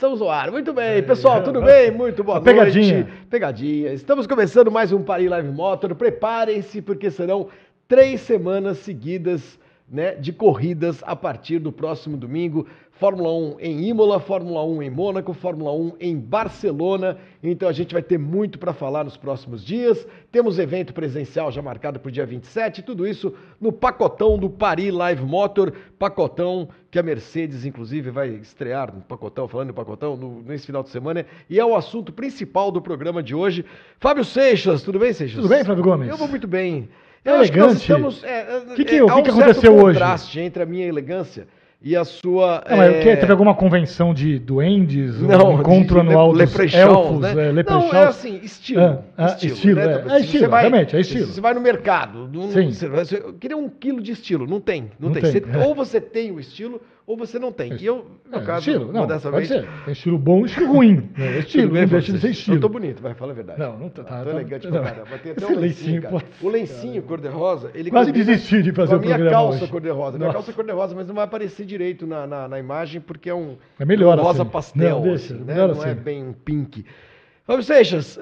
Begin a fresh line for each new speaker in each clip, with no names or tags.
estamos no ar. Muito bem, pessoal, tudo bem? Muito boa noite.
Pegadinha.
Pegadinha. Estamos começando mais um Paris Live Motor. Preparem-se, porque serão 3 semanas seguidas, né, de corridas a partir do próximo domingo. Fórmula 1 em Imola, Fórmula 1 em Mônaco, Fórmula 1 em Barcelona. Então a gente vai ter muito para falar nos próximos dias. Temos evento presencial já marcado para o dia 27. Tudo isso no pacotão do Paris Live Motor. Pacotão que a Mercedes, inclusive, vai estrear no pacotão, falando no pacotão, nesse final de semana. E é o assunto principal do programa de hoje. Fábio Seixas, tudo bem, Seixas?
Tudo bem, Flávio Gomes?
Eu vou muito bem.
Eu acho que nós estamos...
O
que aconteceu hoje?
Contraste entre a minha elegância e a sua...
Não, teve alguma convenção de duendes?
Não,
um encontro anual dos elfos?
Né?
Leprechauns?
Não, é assim, estilo.
Estilo,
né?
é estilo, realmente, é estilo.
Você vai no mercado, eu queria 1 quilo de estilo, não tem. Ou você tem o estilo, ou você não tem. E eu, no caso,
estilo, não,
dessa
pode
vez...
ser. Tem estilo bom e estilo ruim. Né? Estilo, não deixa de ser estilo.
Eu tô bonito, vai, fala a verdade.
Não tá.
Tô elegante pra caramba. Vai ter até um
lencinho,
cara. O lencinho cor-de-rosa, ele
quase desisti de fazer o programa
hoje. A minha calça
hoje.
cor-de-rosa. Minha calça cor-de-rosa, mas não vai aparecer direito na imagem, porque é um
melhor
rosa
assim.
pastel,
não, deixa,
assim, né?
Não
assim. É
assim.
bem um pink. Fábio Seixas,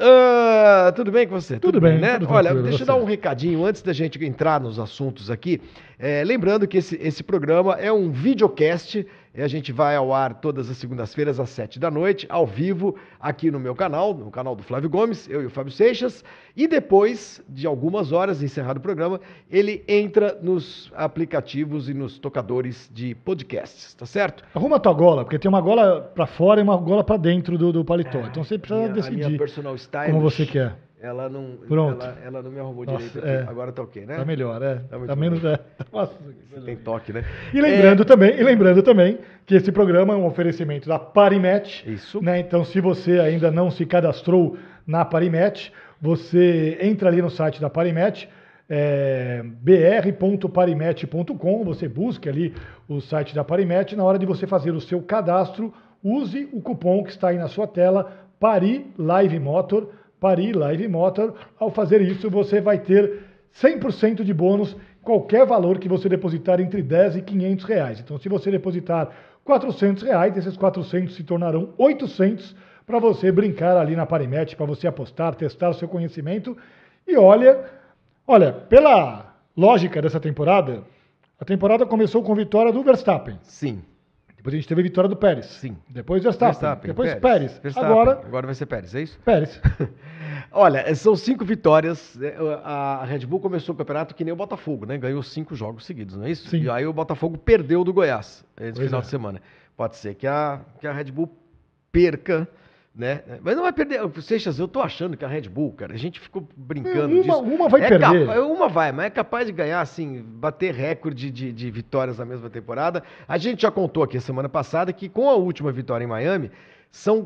tudo bem com você?
Tudo bem,
né?
tudo
Olha,
tranquilo,
deixa eu dar um recadinho antes da gente entrar nos assuntos aqui. Lembrando que esse programa é um videocast. A gente vai ao ar todas as segundas-feiras às 7 da noite, ao vivo, aqui no meu canal, no canal do Flávio Gomes, eu e o Fábio Seixas. E depois de algumas horas, encerrado o programa, ele entra nos aplicativos e nos tocadores de podcasts, tá certo?
Arruma a tua gola, porque tem uma gola pra fora e uma gola pra dentro do paletó. Então você precisa decidir
a minha personal style,
como você quer.
Ela não me arrumou direito aqui. Agora tá ok, né?
Tá melhor, Tá
menos...
Nossa,
tem toque, né?
E lembrando também que esse programa é um oferecimento da Parimatch.
Isso.
Né? Então, se você ainda não se cadastrou na Parimatch, você entra ali no site da Parimatch, br.parimatch.com, você busca ali o site da Parimatch. Na hora de você fazer o seu cadastro, use o cupom que está aí na sua tela, Paris Live Motor. Paris Live Motor. Ao fazer isso, você vai ter 100% de bônus, qualquer valor que você depositar entre 10 e 500 reais. Então, se você depositar 400 reais, esses 400 se tornarão 800 para você brincar ali na Parimatch, para você apostar, testar o seu conhecimento. E olha, pela lógica dessa temporada, a temporada começou com vitória do Verstappen.
Sim.
Depois a gente teve a vitória do Pérez.
Sim.
Depois Verstappen. Depois Pérez.
Agora vai ser Pérez, é isso?
Pérez.
Olha, são 5 vitórias. A Red Bull começou o campeonato que nem o Botafogo, né? Ganhou 5 jogos seguidos, não é isso?
Sim.
E aí o Botafogo perdeu do Goiás esse final de semana. Pode ser que a Red Bull perca, né? Mas não vai perder. Seixas, eu tô achando que a Red Bull, cara, a gente ficou brincando disso.
Uma vai perder.
Uma vai, mas é capaz de ganhar, assim, bater recorde de vitórias na mesma temporada. A gente já contou aqui a semana passada que com a última vitória em Miami, são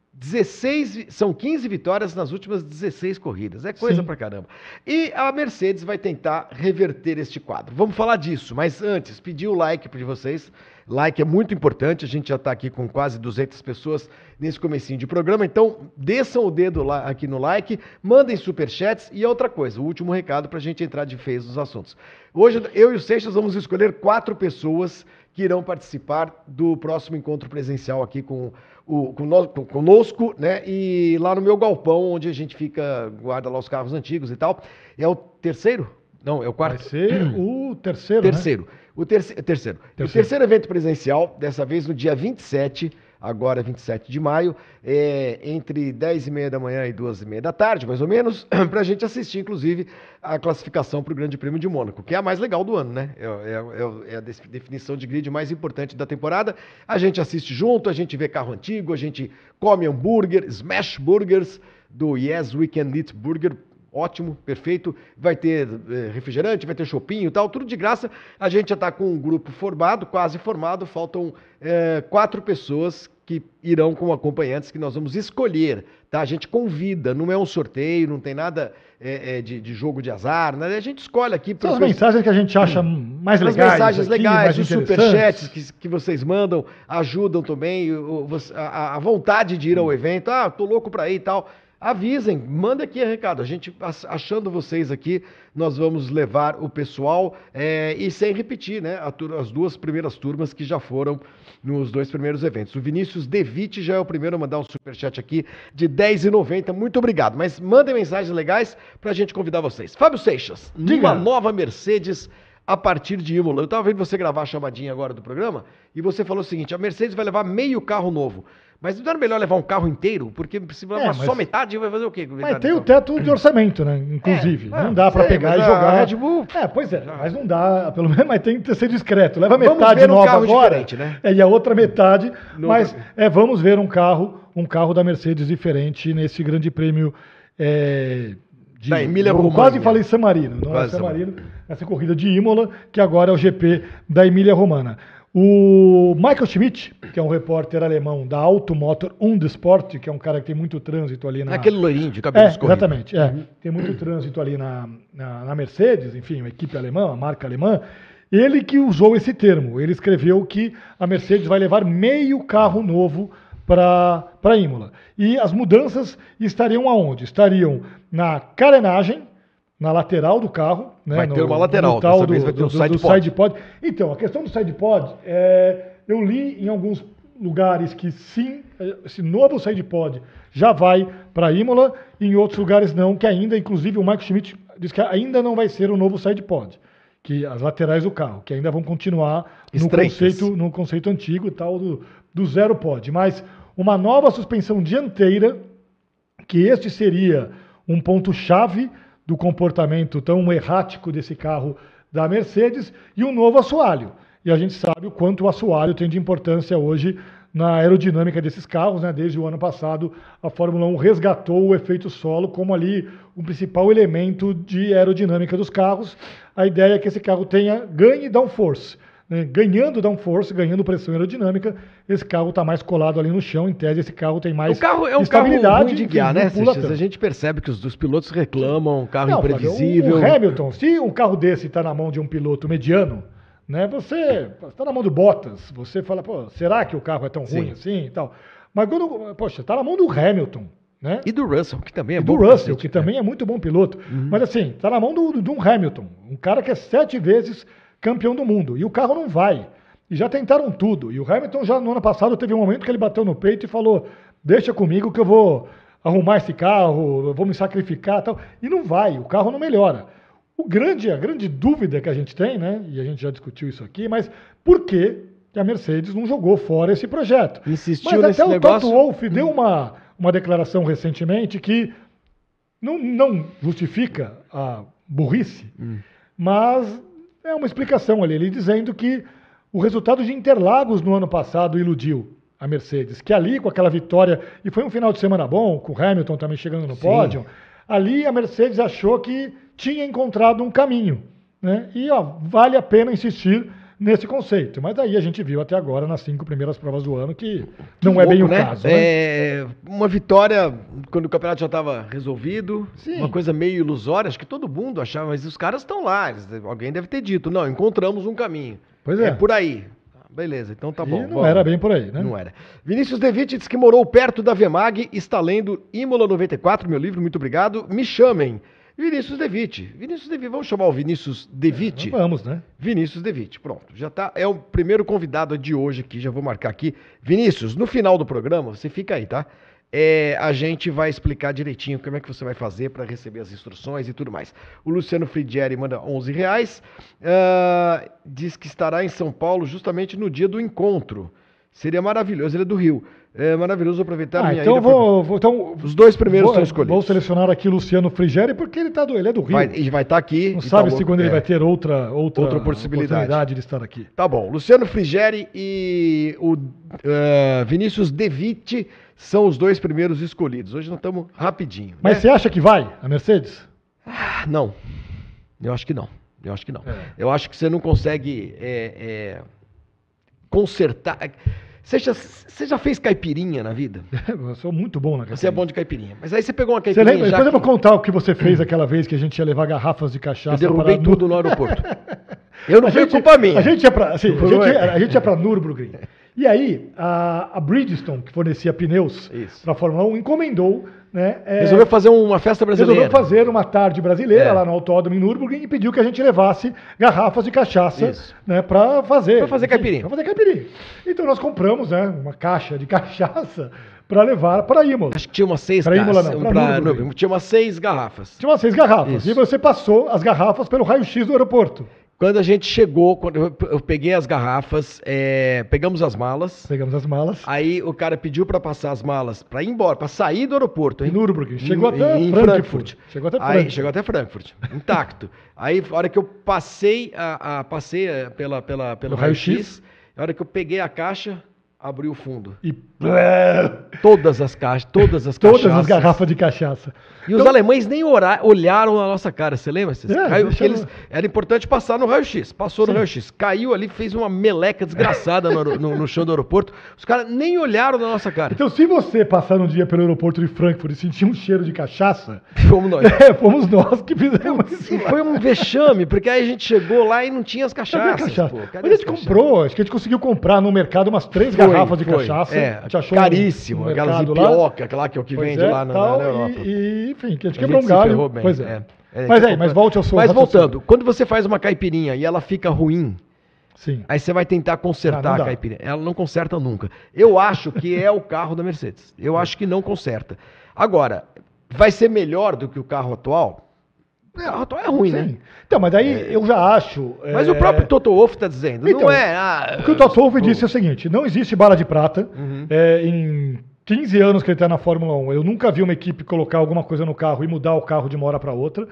15 vitórias nas últimas 16 corridas. É coisa pra caramba. E a Mercedes vai tentar reverter este quadro. Vamos falar disso, mas antes, pedir o like para vocês. Like é muito importante, a gente já está aqui com quase 200 pessoas nesse comecinho de programa, então desçam o dedo lá aqui no like, mandem superchats e outra coisa, o último recado para a gente entrar de vez nos assuntos. Hoje eu e o Seixas vamos escolher 4 pessoas que irão participar do próximo encontro presencial aqui conosco, né? E lá no meu galpão, onde a gente guarda lá os carros antigos e tal. É o terceiro? Não, é o quarto.
Vai ser o terceiro,
Terceiro.
Né?
O terceiro evento presencial, dessa vez no dia 27, agora 27 de maio, entre 10h30 da manhã e 2h30 da tarde, mais ou menos, para a gente assistir, inclusive, a classificação para o Grande Prêmio de Mônaco, que é a mais legal do ano, né? É a definição de grid mais importante da temporada. A gente assiste junto, a gente vê carro antigo, a gente come hambúrguer, smash burgers do Yes We Can Eat Burger. Ótimo, perfeito. Vai ter refrigerante, vai ter chopinho e tal, tudo de graça. A gente já está com um grupo formado, quase formado. Faltam 4 pessoas que irão com acompanhantes que nós vamos escolher, tá? A gente convida, não é um sorteio, não tem nada de jogo de azar, né? A gente escolhe aqui...
São as mensagens que a gente acha mais legais.
As mensagens legais, os
superchats
que vocês mandam ajudam também, a vontade de ir ao evento. Tô louco para ir e tal. avisem, mandem aqui recado. A gente, achando vocês aqui, nós vamos levar o pessoal e sem repetir, né? As duas primeiras turmas que já foram nos 2 primeiros eventos. O Vinícius Devitt já é o primeiro a mandar um superchat aqui de R$10,90. Muito obrigado. Mas mandem mensagens legais pra gente convidar vocês. Fábio Seixas, numa nova Mercedes a partir de Imola. Eu estava vendo você gravar a chamadinha agora do programa e você falou o seguinte, a Mercedes vai levar meio carro novo. Mas não era melhor levar um carro inteiro? Porque se levar só metade, vai fazer o quê?
Mas tem o teto de orçamento, né? Inclusive. Não dá para pegar e jogar.
Red Bull...
pois é. Mas não dá, pelo menos, mas tem que ser discreto. Leva metade nova
carro
agora.
Né?
E a outra metade. Mas vamos ver um carro da Mercedes diferente nesse grande prêmio
da Emília-Romagna.
Quase falei San Marino. Não é San Marino. Essa corrida de Imola, que agora é o GP da Emília-Romagna. O Michael Schmidt, que é um repórter alemão da Automotor und Sport, que é um cara que tem muito trânsito ali na...
Aquele loirinho de cabelo escorrido.
Exatamente, tem muito trânsito ali na Mercedes, enfim, uma equipe alemã, uma marca alemã. Ele que usou esse termo, ele escreveu que a Mercedes vai levar meio carro novo para Imola. E as mudanças estariam aonde? Estariam na carenagem, na lateral do carro. Né?
Vai ter uma lateral, dessa vez vai ter um side pod.
Então, a questão do side pod, eu li em alguns lugares que sim, esse novo side pod já vai para Imola, e em outros lugares não, que ainda, inclusive o Michael Schmidt diz que ainda não vai ser o novo side pod, que as laterais do carro, que ainda vão continuar no conceito antigo, tal do zero pod. Mas uma nova suspensão dianteira, que este seria um ponto-chave do comportamento tão errático desse carro da Mercedes, e um novo assoalho. E a gente sabe o quanto o assoalho tem de importância hoje na aerodinâmica desses carros, né? Desde o ano passado, a Fórmula 1 resgatou o efeito solo como ali o principal elemento de aerodinâmica dos carros. A ideia é que esse carro ganhe downforce. Ganhando downforce, ganhando pressão aerodinâmica, esse carro está mais colado ali no chão. Em tese, esse carro tem mais estabilidade.
Carro ruim de guiar, né, Seixas? A gente percebe que os pilotos reclamam, um carro imprevisível.
O Hamilton, se um carro desse está na mão de um piloto mediano, né, você está na mão do Bottas, você fala, pô, será que o carro é tão ruim assim e tal? Mas quando, está na mão do Hamilton, né?
E do Russell, que também é
bom. Do Russell, que também é muito bom piloto. Mas assim, está na mão de um Hamilton, um cara que é 7 vezes campeão do mundo, e o carro não vai. E já tentaram tudo. E o Hamilton já no ano passado teve um momento que ele bateu no peito e falou, deixa comigo que eu vou arrumar esse carro, eu vou me sacrificar e tal. E não vai, o carro não melhora. A grande dúvida que a gente tem, né, e a gente já discutiu isso aqui, mas por que a Mercedes não jogou fora esse projeto?
Insistiu nesse negócio.
Até o Toto Wolff deu uma declaração recentemente que não justifica a burrice, mas é uma explicação ali, ele dizendo que o resultado de Interlagos no ano passado iludiu a Mercedes, que ali com aquela vitória, e foi um final de semana bom, com o Hamilton também chegando no pódio, ali a Mercedes achou que tinha encontrado um caminho, né? E vale a pena insistir nesse conceito. Mas daí a gente viu até agora, nas 5 primeiras provas do ano, que não é bem o caso.
Né? Uma vitória quando o campeonato já estava resolvido, uma coisa meio ilusória, acho que todo mundo achava, mas os caras estão lá, alguém deve ter dito, não, encontramos um caminho.
Pois é.
É por aí. Beleza, então tá bom.
Não era bem por aí, né?
Não era. Vinícius Devitt diz que morou perto da Vemag, está lendo Imola 94, meu livro, muito obrigado. Me chamem. Vinícius Devitt, vamos chamar o Vinícius Devitt?
Vamos, né?
Vinícius Devitt, pronto, já tá, é o primeiro convidado de hoje aqui, já vou marcar aqui. Vinícius, no final do programa, você fica aí, tá? A gente vai explicar direitinho como é que você vai fazer para receber as instruções e tudo mais. O Luciano Frigieri manda R$11, diz que estará em São Paulo justamente no dia do encontro. Seria maravilhoso, ele é do Rio. É maravilhoso aproveitar a minha
ida. Então,
os 2 primeiros são escolhidos.
Vou selecionar aqui o Luciano Frigieri, porque ele é do Rio.
Ele vai estar aqui.
Não sabe se quando ele vai ter outra possibilidade de estar aqui.
Tá bom. Luciano Frigieri e o Vinícius Devitt são os 2 primeiros escolhidos. Hoje nós estamos rapidinho.
Mas você acha que vai a Mercedes?
Não. Eu acho que não. Eu acho que você não consegue consertar. Você já fez caipirinha na vida?
Eu sou muito bom na caipirinha.
Você é bom de caipirinha. Mas aí você pegou uma caipirinha.
Você lembra? Depois eu vou contar o que você fez aquela vez que a gente ia levar garrafas de cachaça.
Eu derrubei tudo no aeroporto. Eu não fui culpa minha.
A gente ia pra Nürburgring. E aí, a Bridgestone, que fornecia pneus para a Fórmula 1, encomendou, né?
Resolveu fazer uma festa brasileira.
Resolveu fazer uma tarde brasileira lá no Autódromo em Nürburgring e pediu que a gente levasse garrafas de cachaça, né, para fazer.
Para fazer caipirinha.
Para fazer caipirinha. Então nós compramos, né, uma caixa de cachaça para levar para Imola.
Acho que tinha umas 6
garrafas.
Tinha umas 6 garrafas.
Tinha umas 6 garrafas. Isso. E você passou as garrafas pelo raio-x do aeroporto.
Quando a gente chegou, quando eu peguei as garrafas, pegamos as malas.
Pegamos as malas.
Aí o cara pediu para passar as malas para ir embora, para sair do aeroporto.
Em Nürburgring. Chegou até Frankfurt.
Chegou até Frankfurt, intacto. Aí, a hora que eu passei pelo raio-x, a hora que eu peguei a caixa, abriu o fundo.
E
todas as caixas, todas as
garrafas de cachaça.
E os alemães nem olharam na nossa cara, você lembra? Era importante passar no raio-x. Passou no raio-x. Caiu ali, fez uma meleca desgraçada no chão do aeroporto. Os caras nem olharam na nossa cara.
Então, se você passar um dia pelo aeroporto de Frankfurt e sentir um cheiro de cachaça...
Fomos nós.
Fomos nós que fizemos isso.
E foi um vexame, porque aí a gente chegou lá e não tinha as cachaças.
Mas a gente comprou, acho que a gente conseguiu comprar no mercado umas 3 garrafas de cachaça.
A gente achou caríssimo, aquelas ipioca, aquela que vende lá na Europa.
Enfim, que a gente quebrou um galho.
Pois
é. Mas volte ao seu
Mas voltando, quando você faz uma caipirinha e ela fica ruim, aí você vai tentar consertar a caipirinha. Ela não conserta nunca. Eu acho que é o carro da Mercedes. Eu acho que não conserta. Agora, vai ser melhor do que o carro atual? O carro atual é ruim, né?
Então, mas daí eu já acho...
Mas o próprio Toto Wolff está dizendo,
então,
não é...
o que o Toto Wolff disse é o seguinte, não existe bala de prata em 15 anos que ele está na Fórmula 1, eu nunca vi uma equipe colocar alguma coisa no carro e mudar o carro de uma hora para outra.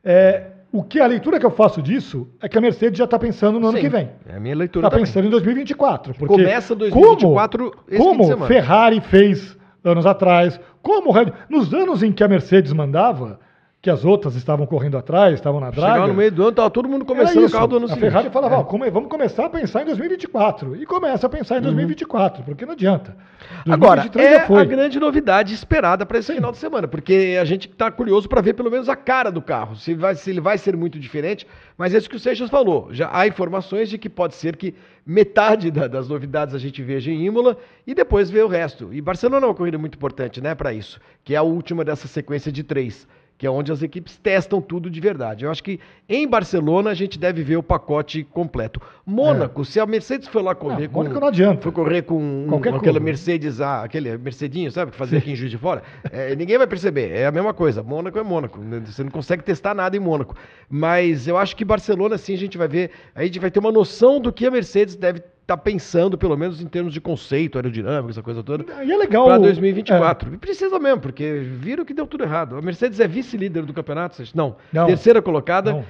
A leitura que eu faço disso é que a Mercedes já está pensando no ano que vem.
É a minha leitura
também. Está pensando em 2024. Porque
começa 2024 esse fim de semana.
Ferrari fez anos atrás, nos anos em que a Mercedes mandava, que as outras estavam correndo atrás, estavam na draga.
Chegava no meio do ano, estava todo mundo começando o carro do ano seguinte.
A Ferrari falava, vamos começar a pensar em 2024. E começa a pensar em 2024, porque não adianta.
Agora, a grande novidade esperada para esse final de semana, porque a gente está curioso para ver pelo menos a cara do carro, se ele vai ser muito diferente, mas é isso que o Seixas falou. Já há informações de que pode ser que metade das novidades a gente veja em Imola e depois vê o resto. E Barcelona é uma corrida muito importante, né, para isso, que é a última dessa sequência de 3. Que é onde as equipes testam tudo de verdade. Eu acho que em Barcelona a gente deve ver o pacote completo. Mônaco, se a Mercedes foi lá correr com...
Mônaco não adianta.
Foi correr com aquela Mercedes, aquele Mercedinho, sabe, que fazia aqui em Juiz de Fora, ninguém vai perceber, é a mesma coisa. Mônaco é Mônaco, você não consegue testar nada em Mônaco. Mas eu acho que Barcelona, sim, a gente vai ver, a gente vai ter uma noção do que a Mercedes deve estar pensando, pelo menos em termos de conceito aerodinâmico, essa coisa toda,
e é legal
para 2024. E precisa mesmo, porque viram que deu tudo errado. A Mercedes é vice-líder do campeonato, não. Terceira colocada,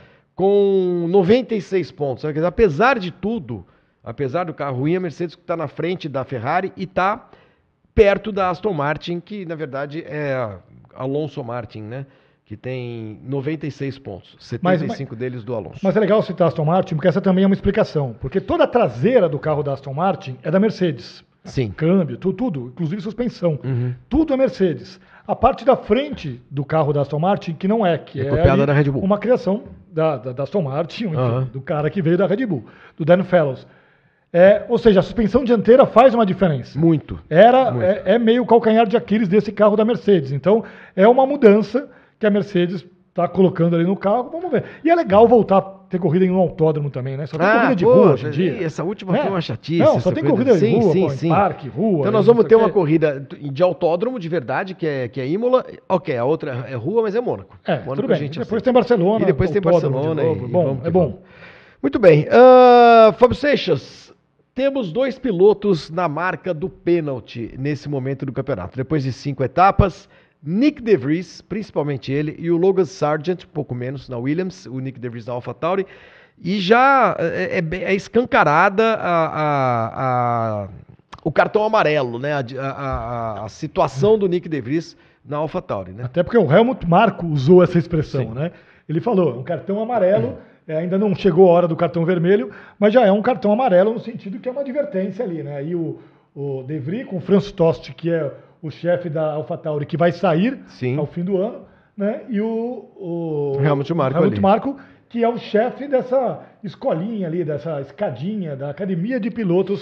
com 96 pontos. Apesar de tudo, apesar do carro ruim, a Mercedes está na frente da Ferrari e está perto da Aston Martin, que na verdade é Alonso Martin, né? Que tem 96 pontos, 75 deles do Alonso.
Mas é legal citar a Aston Martin, porque essa também é uma explicação. Porque toda a traseira do carro da Aston Martin é da Mercedes.
Sim.
Câmbio, tudo, inclusive suspensão. Tudo é Mercedes. A parte da frente do carro da Aston Martin, que não é, que é
copiada da Red Bull.
Uma criação da Aston Martin, enfim, do cara que veio da Red Bull, do Dan Fellows. Ou seja, a suspensão dianteira faz uma diferença.
Muito.
É meio o calcanhar de Aquiles desse carro da Mercedes. Então, é uma mudança que a Mercedes está colocando ali no carro, vamos ver. E é legal voltar a ter corrida em um autódromo também, né? Só tem corrida de rua hoje em dia.
Essa última foi uma chatice.
Não, só tem corrida de rua, em parque, rua.
Então nós vamos ter uma corrida de autódromo de verdade, que é Imola. Ok, a outra é rua, mas é Mônaco.
Mônaco tudo bem. Depois tem Barcelona.
E depois tem Barcelona.
É bom.
Muito bem. Fábio Seixas, temos 2 pilotos na marca do pênalti nesse momento do campeonato. Depois de 5 etapas, Nick De Vries, principalmente ele, e o Logan Sargent, pouco menos, na Williams, o Nick De Vries na AlphaTauri, e já é escancarada o cartão amarelo, né? A situação do Nick De Vries na AlphaTauri, né?
Até porque o Helmut Marko usou essa expressão, né? Ele falou, um cartão amarelo, ainda não chegou a hora do cartão vermelho, mas já é um cartão amarelo no sentido que é uma advertência ali, né? E o De Vries com o Franz Tost, que é o chefe da AlphaTauri, que vai sair ao fim do ano, né? E o
Helmut
Marko, que é o chefe dessa escolinha ali, dessa escadinha da academia de pilotos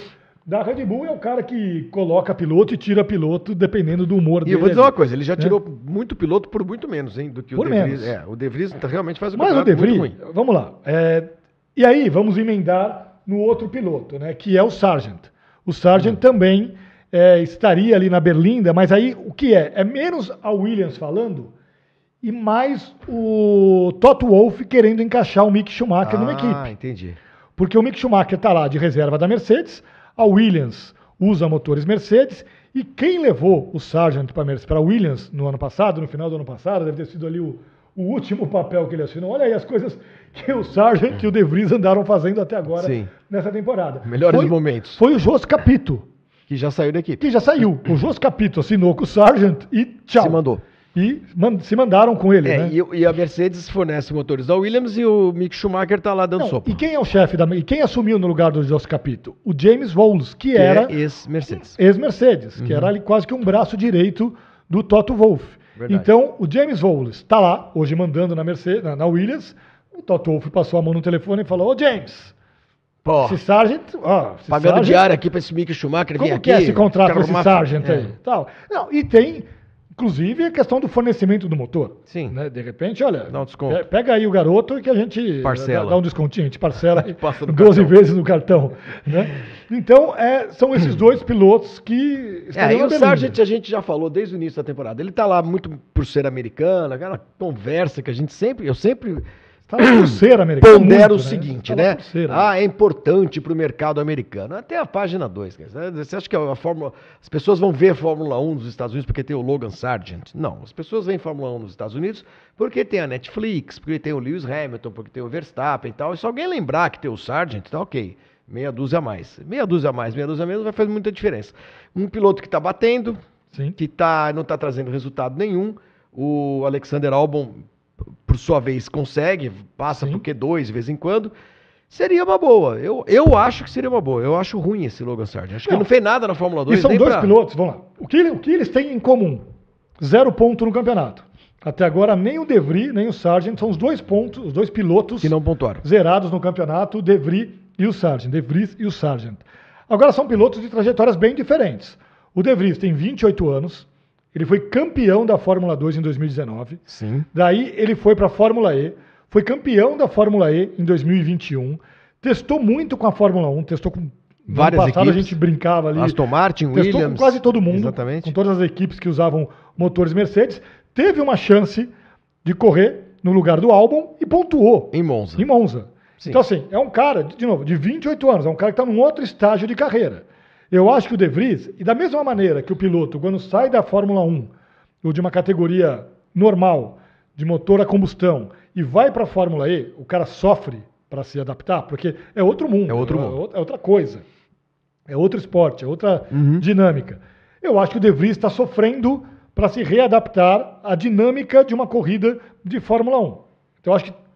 da Red Bull é o cara que coloca piloto e tira piloto, dependendo do humor dele.
E eu vou dizer uma coisa, ele já tirou muito piloto por muito menos, hein, do que
por
o De Vries.
menos.
O De Vries realmente faz um
Mas o De
muito
Vries,
ruim.
vamos lá. E aí, vamos emendar no outro piloto, né, que é o Sargent. O Sargent também estaria ali na Berlinda, mas aí o que é? É menos a Williams falando e mais o Toto Wolff querendo encaixar o Mick Schumacher numa equipe.
Ah, entendi.
Porque o Mick Schumacher está lá de reserva da Mercedes, a Williams usa motores Mercedes, e quem levou o Sargent para a Williams no ano passado, no final do ano passado, deve ter sido ali o último papel que ele assinou. Olha aí as coisas que o Sargent e o De Vries andaram fazendo até agora nessa temporada.
Melhores momentos.
Foi o Jos Capito.
Que já saiu da equipe.
Que já saiu. O Jos Capito assinou com o Sargent e tchau.
Se mandou.
E se mandaram com ele, né?
E a Mercedes fornece motores da Williams e o Mick Schumacher tá lá dando sopa.
E quem é o chefe e quem assumiu no lugar do Jos Capito? O James Vowles, que era
ex-Mercedes.
Ex-Mercedes, que era ali quase que um braço direito do Toto Wolff.
Verdade.
Então, o James Vowles está lá, hoje mandando na Mercedes, na Williams. O Toto Wolff passou a mão no telefone e falou: ô James, esse Sargent...
pagando diária aqui para esse Mick Schumacher vir aqui.
Como que é esse contrato com esse Sargent aí? Tal. Não, e tem... Inclusive a questão do fornecimento do motor.
Sim.
Né? De repente, olha,
dá um desconto.
Pega aí o garoto que a gente
parcela.
Dá um descontinho, a gente parcela
12
vezes no cartão. Né? Então, são esses dois pilotos que estão
e o Sargent a gente já falou desde o início da temporada. Ele está lá muito por ser americano, aquela conversa que eu sempre pondero o seguinte, né? É importante para o mercado americano. Até a página 2. Você acha que as pessoas vão ver Fórmula 1 nos Estados Unidos porque tem o Logan Sargent? Não, as pessoas veem Fórmula 1 nos Estados Unidos porque tem a Netflix, porque tem o Lewis Hamilton, porque tem o Verstappen e tal. E se alguém lembrar que tem o Sargent, tá ok. Meia dúzia a mais. Meia dúzia a mais, meia dúzia a menos vai fazer muita diferença. Um piloto que está batendo, que não está trazendo resultado nenhum. O Alexander Albon, por sua vez, consegue, passa por Q2 de vez em quando, seria uma boa. Eu acho que seria uma boa. Eu acho ruim esse Logan Sargent. Acho que ele não fez nada na Fórmula 2.
E são dois pilotos, vamos lá. O que eles têm em comum? 0 ponto no campeonato. Até agora, nem o De Vries, nem o Sargent são os dois pilotos
que não pontuaram.
Zerados no campeonato, o De Vries e o Sargent. De Vries e o Sargent. Agora, são pilotos de trajetórias bem diferentes. O De Vries tem 28 anos. Ele foi campeão da Fórmula 2 em 2019.
Sim.
Daí ele foi para a Fórmula E. Foi campeão da Fórmula E em 2021. Testou muito com a Fórmula 1. Testou com...
várias
equipes. A gente brincava ali.
Aston Martin,
testou
Williams.
Com quase todo mundo.
Exatamente.
Com todas as equipes que usavam motores Mercedes. Teve uma chance de correr no lugar do Albon e pontuou.
Em Monza.
Sim. Então, assim, é um cara, de novo, de 28 anos. É um cara que está num outro estágio de carreira. Eu acho que o De Vries, e da mesma maneira que o piloto, quando sai da Fórmula 1, ou de uma categoria normal, de motor a combustão, e vai para a Fórmula E, o cara sofre para se adaptar, porque é outro mundo. É outra coisa. É outro esporte, é outra dinâmica. Eu acho que o De Vries está sofrendo para se readaptar à dinâmica de uma corrida de Fórmula 1. Então,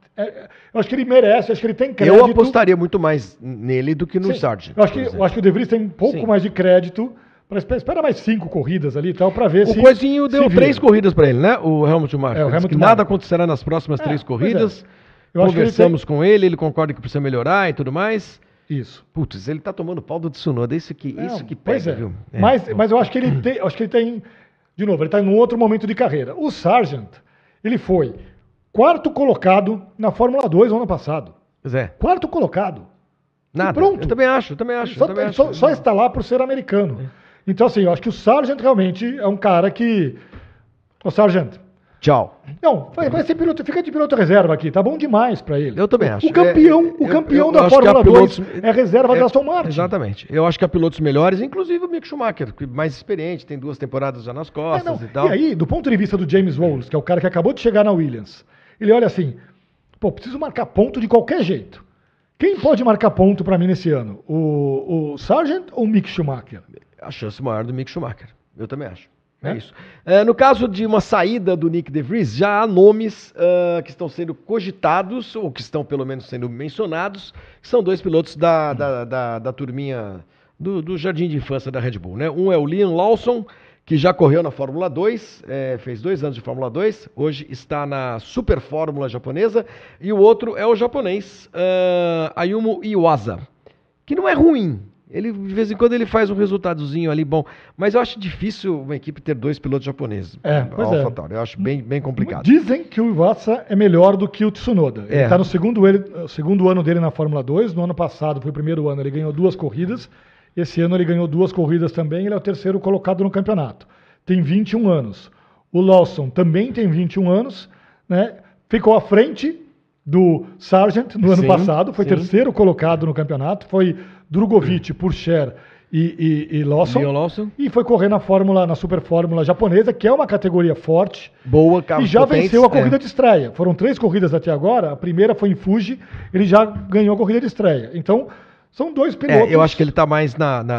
eu acho que ele merece, acho que ele tem crédito.
Eu apostaria muito mais nele do que no Sargent.
Eu acho que o De Vries tem um pouco mais de crédito. Espera mais 5 corridas ali e tal, para ver se...
O Coisinho deu 3 corridas para ele, né? O Helmut Schumacher.
Nada
acontecerá nas próximas 3 corridas. Conversamos com ele concorda que precisa melhorar e tudo mais.
Isso.
Putz, ele tá tomando pau do Tsunoda. Isso que pega, viu?
Mas eu acho que ele tem... De novo, ele está em um outro momento de carreira. O Sargent, ele foi 4º colocado na Fórmula 2 no ano passado.
Pois é.
4º colocado.
Nada.
E pronto.
Eu também acho.
Só está lá por ser americano. Então, assim, eu acho que o Sargent realmente é um cara que... Ô, Sargent.
Tchau.
Não, vai ser piloto, fica de piloto reserva aqui, tá bom demais pra ele.
Eu também acho.
O campeão da Fórmula 2 é reserva da Aston Martin.
Exatamente. Eu acho que há pilotos melhores, inclusive o Mick Schumacher, mais experiente, tem 2 temporadas já nas costas e tal.
E aí, do ponto de vista do James Vowles, que é o cara que acabou de chegar na Williams, ele olha assim, preciso marcar ponto de qualquer jeito. Quem pode marcar ponto pra mim nesse ano? O Sargent ou o Mick Schumacher?
A chance maior do Mick Schumacher. Eu também acho. É isso. No caso de uma saída do Nick De Vries, já há nomes que estão sendo cogitados, ou que estão pelo menos sendo mencionados, que são 2 pilotos da turminha do jardim de infância da Red Bull. Né? Um é o Liam Lawson, que já correu na Fórmula 2, fez 2 anos de Fórmula 2, hoje está na Super Fórmula japonesa, e o outro é o japonês Ayumu Iwasa, que não é ruim. Ele, de vez em quando, ele faz um resultadozinho ali bom. Mas eu acho difícil uma equipe ter 2 pilotos japoneses.
Pois
Eu acho bem complicado.
Dizem que o Iwasa é melhor do que o Tsunoda. Ele está no segundo ano dele na Fórmula 2. No ano passado, foi o primeiro ano, ele ganhou 2 corridas. Esse ano ele ganhou 2 corridas também. Ele é o terceiro colocado no campeonato. Tem 21 anos. O Lawson também tem 21 anos, né? Ficou à frente do Sargent no ano passado, foi terceiro colocado no campeonato, foi Drugovich, Pourchaire e Lawson, e foi correr na Super Fórmula japonesa, que é uma categoria forte.
Boa, carro
e já venceu a corrida de estreia. Foram 3 corridas até agora, a primeira foi em Fuji, ele já ganhou a corrida de estreia. Então, são 2 pilotos.
Eu acho que ele está mais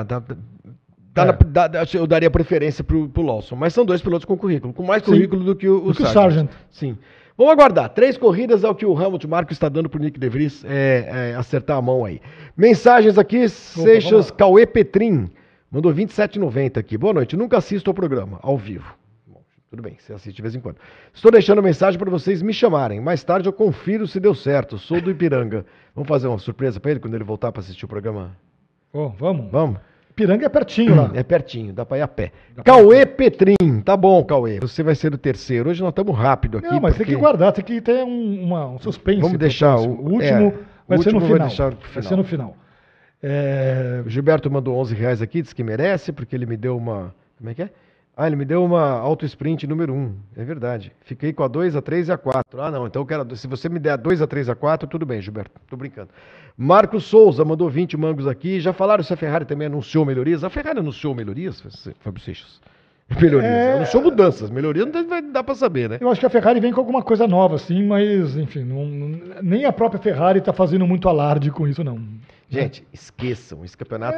eu daria preferência pro Lawson, mas são 2 pilotos com currículo, com mais currículo do que o Sargent. Sim. Vamos aguardar. 3 corridas é o que o Helmut Marko está dando pro Nick De Vries acertar a mão aí. Mensagens aqui, Seixas Cauê Petrin. Mandou 27,90 aqui. Boa noite. Nunca assisto ao programa, ao vivo. Bom, tudo bem, você assiste de vez em quando. Estou deixando mensagem para vocês me chamarem. Mais tarde eu confiro se deu certo. Sou do Ipiranga. Vamos fazer uma surpresa para ele quando ele voltar para assistir o programa?
Vamos.
Vamos?
Ipiranga é pertinho lá.
É pertinho, dá pra ir a pé. Cauê Petrin, tá bom, Cauê. Você vai ser o terceiro. Hoje nós estamos rápido aqui.
Não, mas tem que guardar, tem que ter um suspense.
Vamos deixar
o último. Vai ser no final. Vai ser no final.
O Gilberto mandou R$11 aqui, disse que merece, porque ele me deu uma. Como é que é? Ele me deu uma auto sprint número 1. É verdade. Fiquei com a 2, a 3 e a 4. Não, então eu quero. Se você me der a 2, a 3 e a 4, tudo bem, Gilberto. Tô brincando. Marcos Souza mandou 20 mangos aqui. Já falaram se a Ferrari também anunciou melhorias? A Ferrari anunciou melhorias, Fábio Seixas? Melhorias. Anunciou mudanças. Melhorias não vai dar pra saber, né?
Eu acho que a Ferrari vem com alguma coisa nova, sim, mas, enfim, nem a própria Ferrari tá fazendo muito alarde com isso, não.
Gente, esqueçam, esse campeonato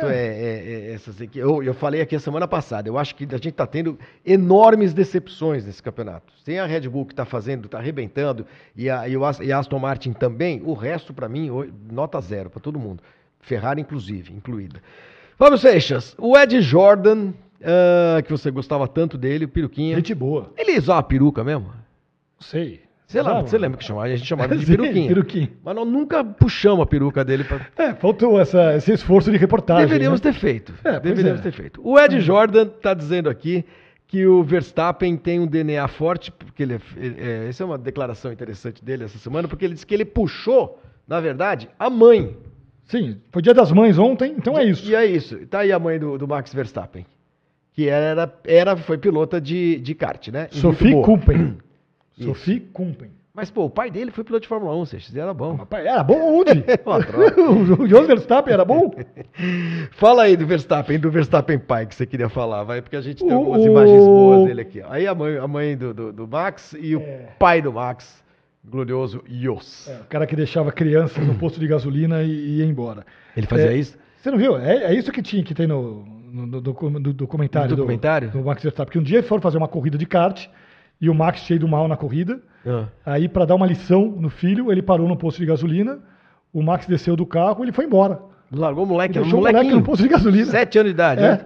eu falei aqui a semana passada, eu acho que a gente está tendo enormes decepções nesse campeonato. Tem a Red Bull que está fazendo, está arrebentando, e a Aston Martin também, o resto para mim, nota 0 para todo mundo. Ferrari incluída. Fábio Seixas, o Ed Jordan, que você gostava tanto dele, o peruquinha.
Gente boa.
Ele usava peruca mesmo?
Sei.
Você lembra que a gente chamava de peruquinha. Mas nós nunca puxamos a peruca dele para.
Faltou esse esforço de reportagem.
Deveríamos ter feito. Ter feito. O Ed Jordan está dizendo aqui que o Verstappen tem um DNA forte, porque essa é uma declaração interessante dele essa semana, porque ele disse que ele puxou, na verdade, a mãe.
Sim, foi Dia das Mães ontem, então é isso.
E é isso. Tá aí a mãe do Max Verstappen, que foi pilota de kart, né?
Sophie Kumpen. Sophie Kumpen.
Mas, o pai dele foi piloto de Fórmula 1, Seixas, era bom.
Era bom onde? O Jos Verstappen era bom?
Fala aí do Verstappen pai que você queria falar, vai, porque a gente tem algumas imagens boas dele aqui. Aí a mãe do Max e o pai do Max, glorioso Jos.
O cara que deixava criança no posto de gasolina e ia embora.
Ele fazia isso?
Você não viu? É isso que tem no documentário do Max Verstappen. Porque um dia eles foram fazer uma corrida de kart e o Max cheio do mal na corrida. Aí, para dar uma lição no filho, ele parou no posto de gasolina, o Max desceu do carro e ele foi embora.
Largou o moleque,
deixou o moleque no posto de gasolina.
7 anos de idade, né?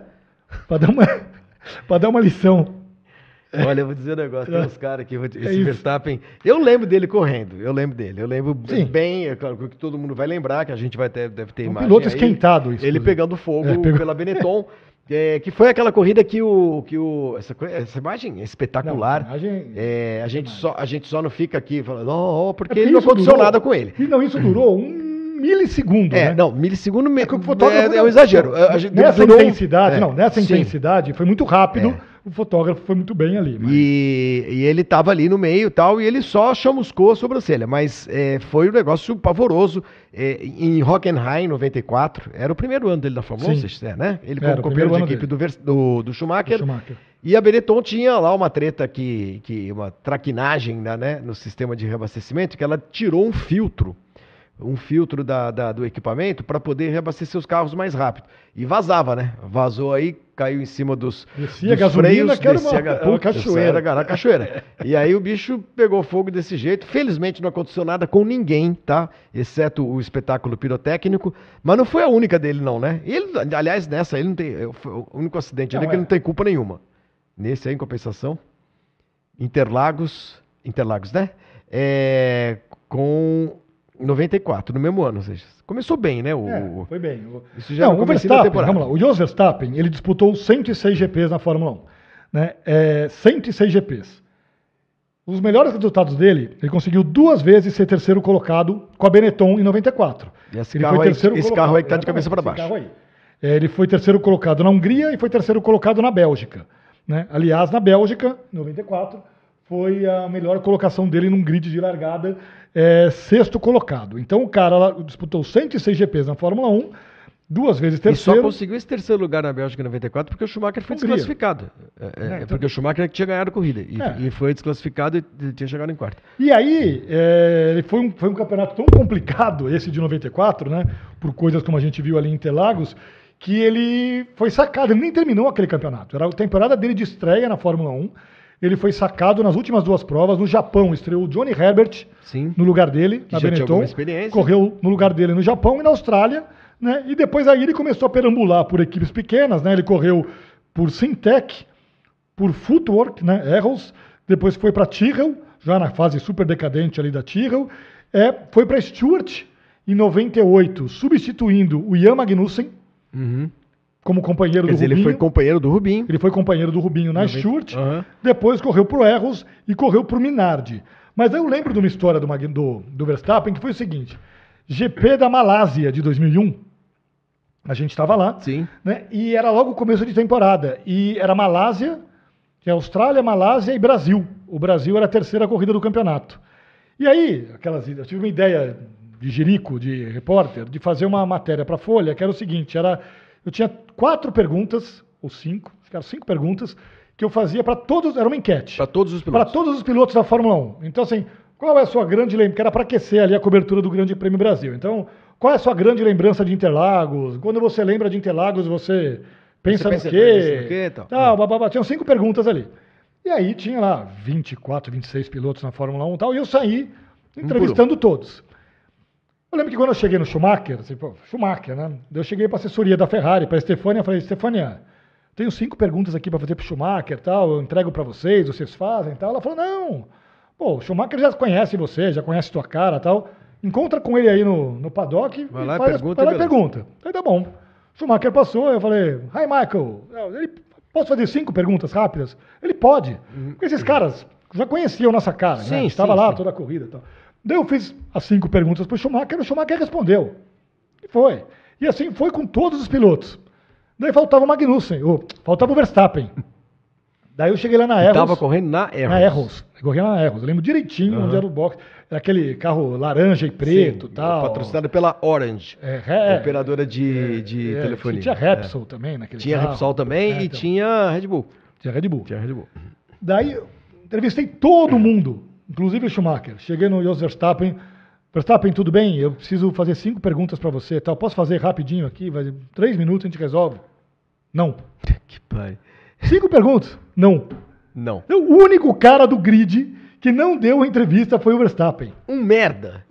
Para dar uma lição.
Olha, eu vou dizer um negócio, tem uns caras aqui, esse Verstappen, eu lembro dele correndo, eu lembro bem, é claro que todo mundo vai lembrar, que a gente deve ter imagem.
Piloto esquentado.
Ele pegando fogo pela Benetton. Que foi aquela corrida que essa imagem é espetacular. A gente só não fica aqui falando, porque ele não aconteceu nada com ele.
E não, isso durou 1 milissegundo. Né?
Não, milissegundo é um exagero.
Nessa intensidade foi muito rápido. O fotógrafo foi muito bem ali.
Mas... E ele estava ali no meio e tal, e ele só chamuscou a sobrancelha, mas foi um negócio pavoroso. Em Hockenheim, 94, era o primeiro ano dele da Fórmula 1, né? Ele foi companheiro de equipe do Schumacher. E a Benetton tinha lá uma treta, uma traquinagem no sistema de reabastecimento, que ela tirou um filtro do equipamento para poder reabastecer os carros mais rápido. E vazava, né? Vazou aí, caiu em cima dos
freios,
descia uma cachoeira. Era cachoeira. E aí o bicho pegou fogo desse jeito. Felizmente não aconteceu nada com ninguém, tá? Exceto o espetáculo pirotécnico. Mas não foi a única dele, não, né? Ele, aliás, nessa, ele não tem... O único acidente dele é que ele não tem culpa nenhuma. Nesse aí, em compensação, Interlagos, né? Com Em 94, no mesmo ano, ou seja, começou bem, né?
Foi bem.
Isso já
o Verstappen, vamos lá, o Jos Verstappen, ele disputou 106 GPs na Fórmula 1, né? 106 GPs. Os melhores resultados dele, ele conseguiu 2 vezes ser terceiro colocado com a Benetton em 94.
E esse carro aí que tá de cabeça para baixo.
Ele foi terceiro colocado na Hungria e foi terceiro colocado na Bélgica, né? Aliás, na Bélgica, em 94, foi a melhor colocação dele num grid de largada, sexto colocado. Então o cara lá disputou 106 GPs na Fórmula 1, 2 vezes terceiro.
E só conseguiu esse terceiro lugar na Bélgica em 94 porque o Schumacher foi desclassificado. Então... Porque o Schumacher tinha ganhado a corrida e foi desclassificado e tinha chegado em quarto.
E aí, ele foi um campeonato tão complicado, esse de 94, né? Por coisas como a gente viu ali em Interlagos, que ele foi sacado, ele nem terminou aquele campeonato. Era a temporada dele de estreia na Fórmula 1. Ele foi sacado nas últimas 2 provas. No Japão, estreou o Johnny Herbert no lugar dele, na Benetton. Correu no lugar dele no Japão e na Austrália, né? E depois aí ele começou a perambular por equipes pequenas, né? Ele correu por Syntec, por Footwork, né? Arrows. Depois foi para Tyrrell, já na fase super decadente ali da Tyrrell. Foi para Stewart em 98, substituindo o Ian Magnussen. Como companheiro do Rubinho.
Ele foi companheiro do Rubinho.
Ele foi companheiro do Rubinho na Stewart. Depois correu pro Arrows e correu pro Minardi. Mas eu lembro de uma história do Verstappen que foi o seguinte. GP da Malásia de 2001. A gente estava lá.
Sim.
Né? E era logo o começo de temporada. E era Malásia, que é Austrália, Malásia e Brasil. O Brasil era a terceira corrida do campeonato. E aí, eu tive uma ideia de jirico, de repórter, de fazer uma matéria para a Folha, que era o seguinte, eu tinha 4 perguntas, ou 5, acho que eram 5 perguntas, que eu fazia para todos, era uma enquete.
Para todos os pilotos.
Para todos os pilotos da Fórmula 1. Então, assim, qual é a sua grande lembrança? Que era para aquecer ali a cobertura do Grande Prêmio Brasil. Então, qual é a sua grande lembrança de Interlagos? Quando você lembra de Interlagos, você pensa no quê? Tinham 5 perguntas ali. E aí tinha lá 24, 26 pilotos na Fórmula 1 e tal, e eu saí entrevistando todos. Eu lembro que quando eu cheguei no Schumacher, Schumacher, né? Eu cheguei para a assessoria da Ferrari, para a Stefania, falei, Stefania, tenho 5 perguntas aqui para fazer para o Schumacher, tal, eu entrego para vocês fazem, tal. Ela falou, não, o Schumacher já conhece você, já conhece tua cara, tal. Encontra com ele aí no paddock
vai lá e
pergunta. Aí tá bom. Schumacher passou, eu falei, hi Michael, posso fazer 5 perguntas rápidas? Ele pode, porque esses caras já conheciam nossa cara, né? Estava lá toda a corrida, tal. Daí eu fiz as 5 perguntas para o Schumacher respondeu. E foi. E assim foi com todos os pilotos. Daí faltava o Magnussen, faltava o Verstappen. Daí eu cheguei lá na Arrows.
Estava correndo na Arrows.
Na Arrows. Eu corria na Arrows. Eu lembro direitinho onde era o box. Era aquele carro laranja e preto e tal.
Patrocinado pela Orange, operadora de telefonia.
Tinha Repsol também naquele
carro. Tinha Repsol também e tinha Red Bull.
Tinha Red Bull. Daí eu entrevistei todo mundo. Inclusive o Schumacher. Cheguei no Jos Verstappen. Verstappen, tudo bem? Eu preciso fazer 5 perguntas para você. Tal. Posso fazer rapidinho aqui? Vai 3 minutos a gente resolve. Não.
Que pai.
5 perguntas? Não. O único cara do grid que não deu a entrevista foi o Verstappen.
Um merda.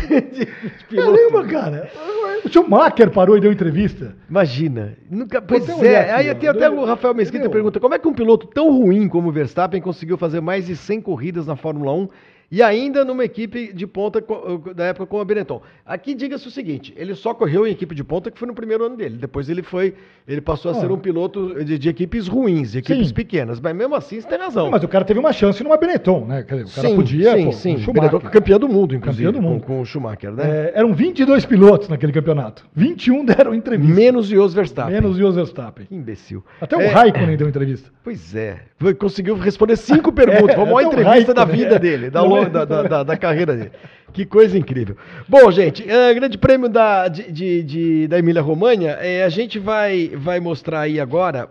Caramba, cara. O Schumacher parou e deu entrevista.
Imagina. Pois é. Aí até o Rafael Mesquita pergunta, como é que um piloto tão ruim como o Verstappen conseguiu fazer mais de 100 corridas na Fórmula 1 e ainda numa equipe de ponta da época com a Benetton? Aqui diga-se o seguinte, ele só correu em equipe de ponta que foi no primeiro ano dele. Depois ele passou a ser um piloto de equipes ruins, de equipes pequenas. Mas mesmo assim, você tem razão.
Mas o cara teve uma chance numa Benetton, né? O cara podia,
Sim. Benetton campeão do mundo, inclusive, com o Schumacher, né?
Eram 22 pilotos naquele campeonato. 21 deram entrevista.
Menos o Jos Verstappen.
Que
imbecil.
Até o Raikkonen deu entrevista.
Pois é. Conseguiu responder 5 perguntas. Foi a maior entrevista da vida dele, da carreira dele. Que coisa incrível. Bom, gente, grande prêmio da Emília-Romagna, a gente vai mostrar aí agora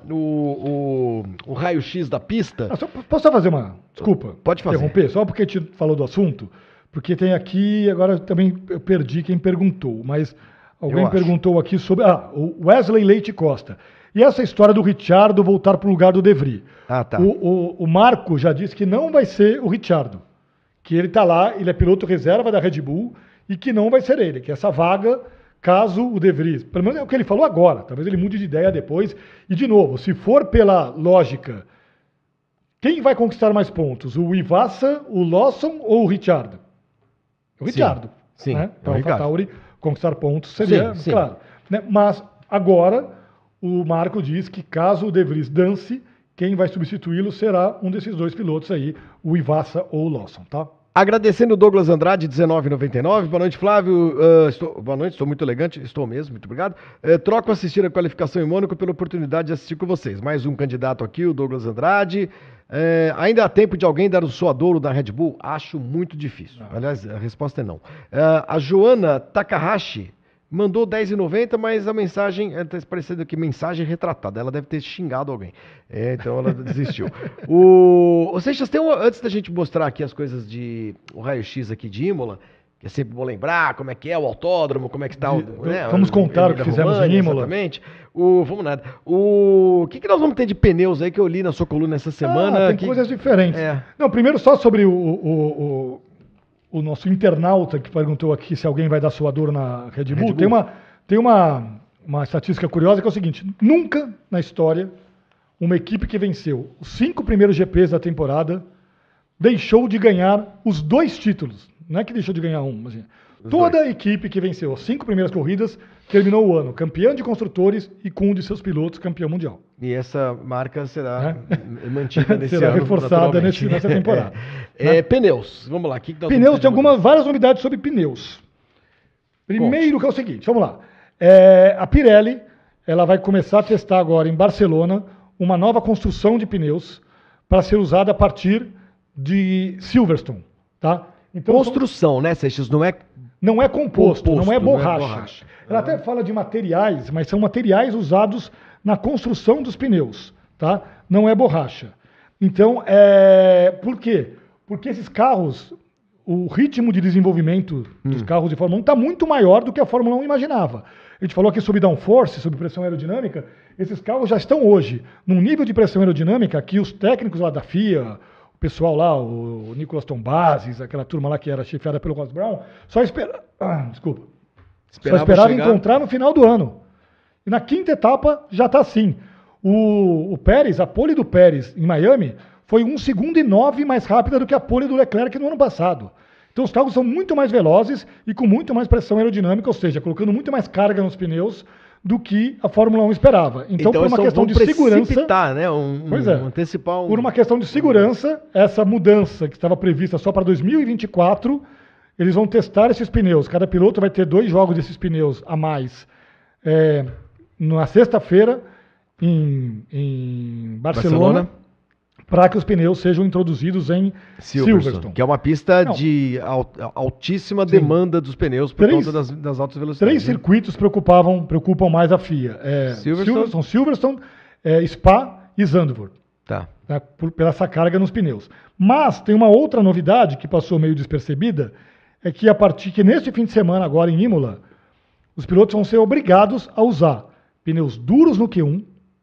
o raio-x da pista.
Posso só fazer uma... Desculpa.
Pode fazer.
Interromper, só porque a gente falou do assunto, porque tem aqui, agora também eu perdi quem perguntou, mas alguém perguntou aqui sobre... o Wesley Leite Costa. E essa história do Ricciardo voltar para o lugar do De Vries.
Tá.
O Marco já disse que não vai ser o Ricciardo. Que ele está lá, ele é piloto reserva da Red Bull e que não vai ser ele, que essa vaga, caso o De Vries, pelo menos é o que ele falou agora, talvez ele mude de ideia depois. E de novo, se for pela lógica, quem vai conquistar mais pontos? O Ivassa, o Lawson ou o Ricciardo? O Ricciardo.
Sim,
né?
é o
Para
Ricardo.
AlphaTauri conquistar pontos seria,
Sim, sim.
claro. Né? Mas agora o Marco diz que caso o De Vries dance, quem vai substituí-lo será um desses dois pilotos aí, o Ivassa ou o Lawson, tá?
Agradecendo o Douglas Andrade, 19,99. Boa noite, Flávio. Boa noite, estou muito elegante. Estou mesmo, muito obrigado. Troco assistir a qualificação em Mônaco pela oportunidade de assistir com vocês. Mais um candidato aqui, o Douglas Andrade. Ainda há tempo de alguém dar o suadouro da Red Bull? Acho muito difícil. Aliás, a resposta é não. A Joana Takahashi mandou 10,90, mas a mensagem está parecendo aqui mensagem retratada. Ela deve ter xingado alguém. Então ela desistiu. Ô Seixas, antes da gente mostrar aqui as coisas o raio-x aqui de Imola, que é sempre bom lembrar como é que é o autódromo, como é que está
vamos contar o que fizemos em Imola.
Exatamente. Vamos nada. O que nós vamos ter de pneus aí que eu li na sua coluna essa semana?
Tem coisas diferentes. Não, primeiro só sobre o nosso internauta que perguntou aqui se alguém vai dar suador na Red Bull. Tem uma estatística curiosa que é o seguinte: nunca na história uma equipe que venceu os 5 primeiros GPs da temporada deixou de ganhar os 2 títulos. Não é que deixou de ganhar um, mas toda a equipe que venceu as 5 primeiras corridas terminou o ano campeã de construtores e com um de seus pilotos campeão mundial.
E essa marca será mantida nesse
será
ano.
Reforçada nessa temporada.
Pneus, vamos lá.
Pneus, tem várias novidades sobre pneus. Primeiro, que é o seguinte, vamos lá. A Pirelli, ela vai começar a testar agora em Barcelona uma nova construção de pneus para ser usada a partir de Silverstone, tá? Então,
construção, né, Seixas? Não é
composto, não é borracha. Ela até fala de materiais, mas são materiais usados na construção dos pneus, tá? Não é borracha. Então, por quê? Porque esses carros, o ritmo de desenvolvimento dos carros de Fórmula 1 está muito maior do que a Fórmula 1 imaginava. A gente falou aqui sobre downforce, sobre pressão aerodinâmica. Esses carros já estão hoje num nível de pressão aerodinâmica que os técnicos lá da FIA, o pessoal lá, o Nicolas Tombazis, aquela turma lá que era chefiada pelo Ross Brown, só esperava encontrar no final do ano. E na 5ª etapa já está assim. O Pérez, a pole do Pérez em Miami, foi 1 segundo e 9 mais rápida do que a pole do Leclerc no ano passado. Então os carros são muito mais velozes e com muito mais pressão aerodinâmica, ou seja, colocando muito mais carga nos pneus do que a Fórmula 1 esperava. Então por uma questão de segurança,
né? Antecipar
por uma questão de segurança, essa mudança que estava prevista só para 2024, eles vão testar esses pneus. Cada piloto vai ter 2 jogos desses pneus a mais na sexta-feira em Barcelona. Para que os pneus sejam introduzidos em Silverstone.
Que é uma pista de altíssima demanda dos pneus por conta das altas velocidades. 3
circuitos preocupam mais a FIA. Silverstone, Spa e Zandvoort.
Tá.
Pela essa carga nos pneus. Mas tem uma outra novidade que passou meio despercebida, é que a partir que neste fim de semana, agora em Imola, os pilotos vão ser obrigados a usar pneus duros no Q1,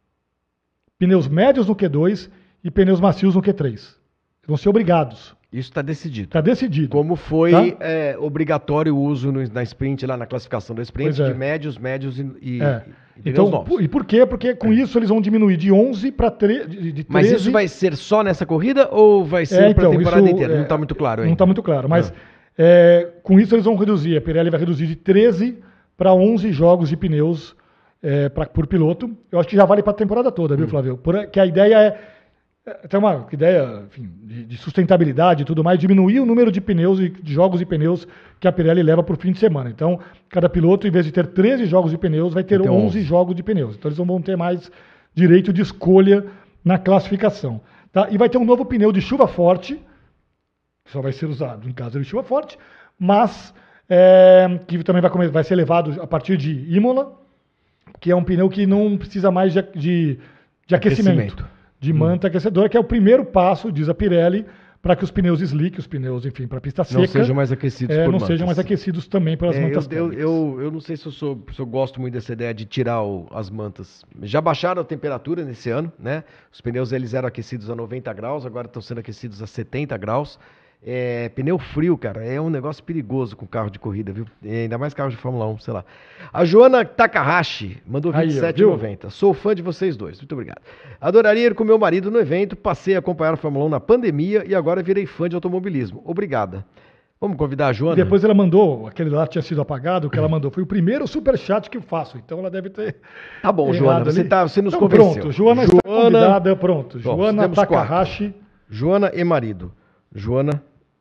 pneus médios no Q2 e pneus macios no Q3. Eles vão ser obrigados.
Isso está decidido.
Está decidido.
Como foi obrigatório o uso na sprint, lá na classificação da sprint, de médios e pneus novos.
E por quê? Porque com isso eles vão diminuir de 11 para 13.
Mas isso vai ser só nessa corrida ou vai ser para a temporada inteira? Não está muito claro ainda.
Não está muito claro, mas com isso eles vão reduzir. A Pirelli vai reduzir de 13 para 11 jogos de pneus por piloto. Eu acho que já vale para a temporada toda, viu, Flávio? Que a ideia tem uma ideia, enfim, de sustentabilidade e tudo mais, diminuir o número de pneus e de jogos de pneus que a Pirelli leva por fim de semana. Então, cada piloto, em vez de ter 13 jogos de pneus, vai ter 11 jogos de pneus. Então, eles vão ter mais direito de escolha na classificação. Tá? E vai ter um novo pneu de chuva forte, que só vai ser usado em caso de chuva forte, mas que também vai ser levado a partir de Imola, que é um pneu que não precisa mais de aquecimento. De manta aquecedora, que é o primeiro passo, diz a Pirelli, para que os pneus slick, os pneus, enfim, para pista seca,
não sejam mais aquecidos por mantas.
Sejam mais aquecidos também pelas mantas térmicas.
Eu não sei se eu gosto muito dessa ideia de tirar as mantas. Já baixaram a temperatura nesse ano, né? Os pneus eles eram aquecidos a 90 graus, agora estão sendo aquecidos a 70 graus. Pneu frio, cara, é um negócio perigoso com carro de corrida, viu? Ainda mais carro de Fórmula 1, sei lá. A Joana Takahashi mandou 27,90. Sou fã de vocês dois, muito obrigado. Adoraria ir com meu marido no evento, passei a acompanhar a Fórmula 1 na pandemia e agora virei fã de automobilismo. Obrigada. Vamos convidar a Joana?
Depois ela mandou, aquele lá tinha sido apagado, o que ela mandou foi o primeiro superchat que eu faço, então ela deve ter...
Tá bom, Joana, você nos
então,
convenceu.
Pronto, Joana está convidada, pronto.
Bom,
Joana Takahashi.
4. Joana e marido. Joana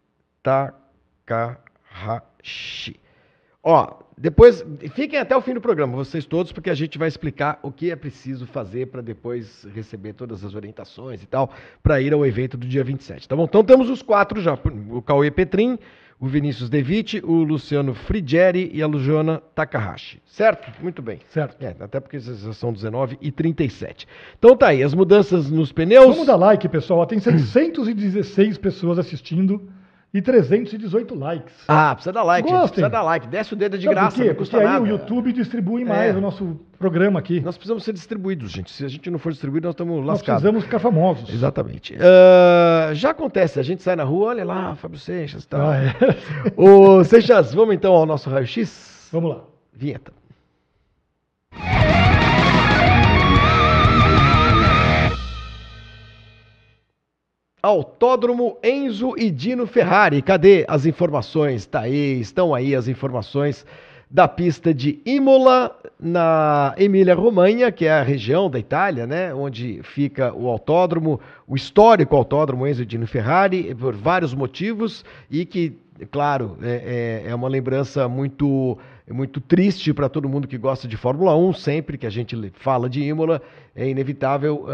Takahashi. Ó, depois, fiquem até o fim do programa, vocês todos, porque a gente vai explicar o que é preciso fazer para depois receber todas as orientações e tal, para ir ao evento do dia 27, tá bom? Então temos os 4 já, o Cauê Petrin, o Vinícius Devitt, o Luciano Frigieri e a Joana Takahashi, certo? Muito bem.
Certo.
Até porque são 19h37. Então tá aí, as mudanças nos pneus...
Vamos dar like, pessoal, ó, tem 716 pessoas assistindo e 318 likes.
Ah, precisa dar like, gente,
Gostem.
precisa dar like, desce o dedo de
Sabe
graça,
por quê?
não custa
Porque aí
nada.
o YouTube distribui mais o nosso programa aqui.
Nós precisamos ser distribuídos, gente. Se a gente não for distribuído, nós estamos
Nós
lascados.
precisamos ficar famosos.
Exatamente. Já acontece, a gente sai na rua, olha lá, Fábio Seixas e tal.
Ah, é.
Ô, Seixas, vamos então ao nosso raio-x?
Vamos lá.
Vinheta. Autódromo Enzo e Dino Ferrari. Cadê as informações? Tá aí, estão aí as informações da pista de Imola, na Emília-Romanha, que é a região da Itália, né, onde fica o autódromo, o histórico autódromo Enzo e Dino Ferrari, por vários motivos, e que, claro, é uma lembrança muito triste para todo mundo que gosta de Fórmula 1, sempre que a gente fala de Imola, é inevitável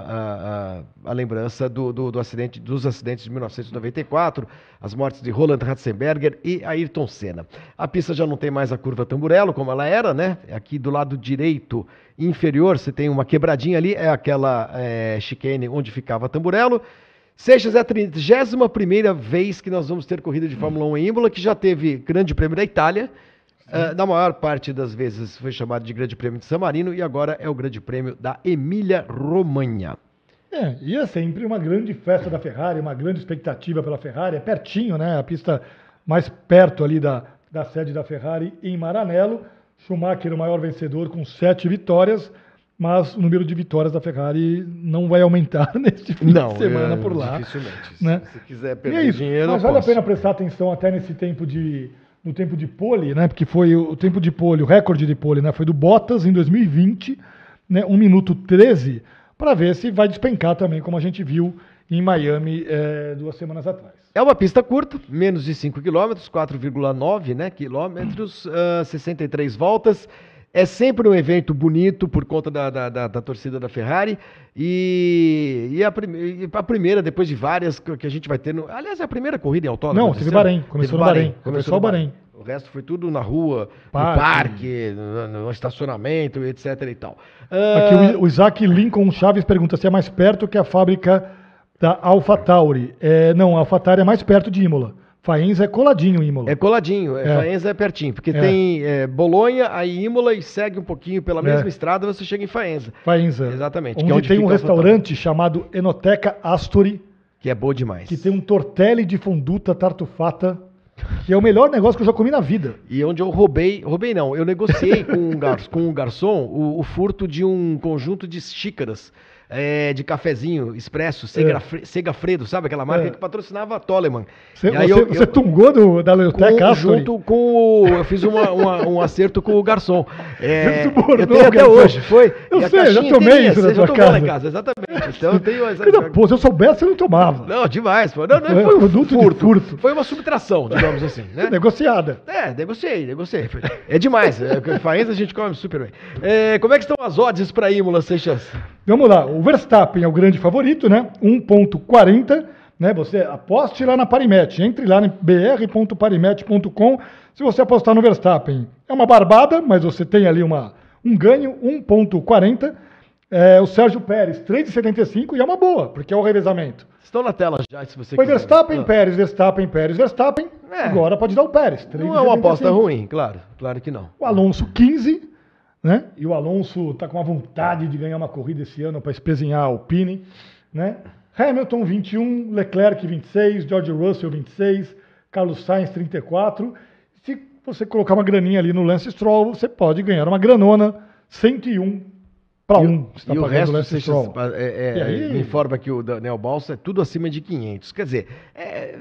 a lembrança dos acidentes de 1994, as mortes de Roland Ratzenberger e Ayrton Senna. A pista já não tem mais a curva Tamburello, como ela era, né? Aqui do lado direito inferior você tem uma quebradinha ali, é aquela chicane onde ficava Tamburello. Seixas é a 31ª vez que nós vamos ter corrida de Fórmula 1 em Imola, que já teve Grande Prêmio da Itália, na maior parte das vezes foi chamado de Grande Prêmio de San Marino e agora é o Grande Prêmio da Emília-Romanha.
E é sempre uma grande festa da Ferrari, uma grande expectativa pela Ferrari, é pertinho, né? A pista mais perto ali da sede da Ferrari em Maranello. Schumacher, o maior vencedor, com 7 vitórias, mas o número de vitórias da Ferrari não vai aumentar neste fim de semana por lá.
Dificilmente.
Né?
Se quiser perder dinheiro,
mas vale a pena prestar atenção até nesse tempo no tempo de pole, né? Porque foi o tempo de pole, o recorde de pole, né? Foi do Bottas em 2020, né? 1 minuto 13, para ver se vai despencar também, como a gente viu em Miami 2 semanas atrás.
É uma pista curta, menos de 5 km, 4,9 né, quilômetros, 63 voltas. É sempre um evento bonito por conta da torcida da Ferrari e a primeira, depois de várias que a gente vai ter. Aliás, é a primeira corrida em autódromo.
Não, teve Bahrein. Começou no Bahrein. Começou o Bahrein.
O resto foi tudo na rua, no parque, no estacionamento, etc. e tal.
Aqui o Isaac Lincoln Chaves pergunta se é mais perto que a fábrica da AlphaTauri. Não, a AlphaTauri é mais perto de Imola. Faenza é coladinho em Imola.
É coladinho, Faenza é pertinho, porque tem Bolonha, aí Imola e segue um pouquinho pela mesma estrada, você chega em Faenza.
Faenza.
Exatamente.
Onde tem um restaurante chamado Enoteca Astori.
Que é boa demais.
Que tem um tortelli de fonduta tartufata, que é o melhor negócio que eu já comi na vida.
E onde eu eu negociei com um garçom o furto de um conjunto de xícaras. De cafezinho expresso, Segafredo, sabe aquela marca que patrocinava a Toleman.
Você tungou da Leoteca Astori?
Junto com eu fiz um acerto com o garçom.
Eu
tenho até hoje, foi.
Eu sei, já tomei isso na tua casa.
Lá em casa, exatamente. Então eu tenho
Pô, se eu soubesse, eu não tomava.
Não, demais. Pô. Não foi um
produto de furto.
Foi uma subtração, digamos assim. Né?
Negociada.
Negociei. É demais. Faenza a gente come super bem. Como é que estão as odds para Imola, Seixas?
Vamos lá, o Verstappen é o grande favorito, né? 1,40, né? Você aposte lá na Parimatch, entre lá em br.parimatch.com. Se você apostar no Verstappen, é uma barbada, mas você tem ali um ganho, 1,40. O Sérgio Pérez, 3,75, e é uma boa, porque é o revezamento.
Estão na tela já, se você
Foi
quiser.
Verstappen, Pérez, Verstappen. Agora pode dar o Pérez. 3,75.
Não é uma aposta ruim, claro que não.
O Alonso, 15. Né? E o Alonso está com uma vontade de ganhar uma corrida esse ano para espezinhar a Alpine. Né? Hamilton, 21, Leclerc, 26, George Russell, 26, Carlos Sainz, 34. Se você colocar uma graninha ali no Lance Stroll, você pode ganhar uma granona, 101 para 1.
E o resto, me informa que o Daniel Balsa é tudo acima de 500. Quer dizer,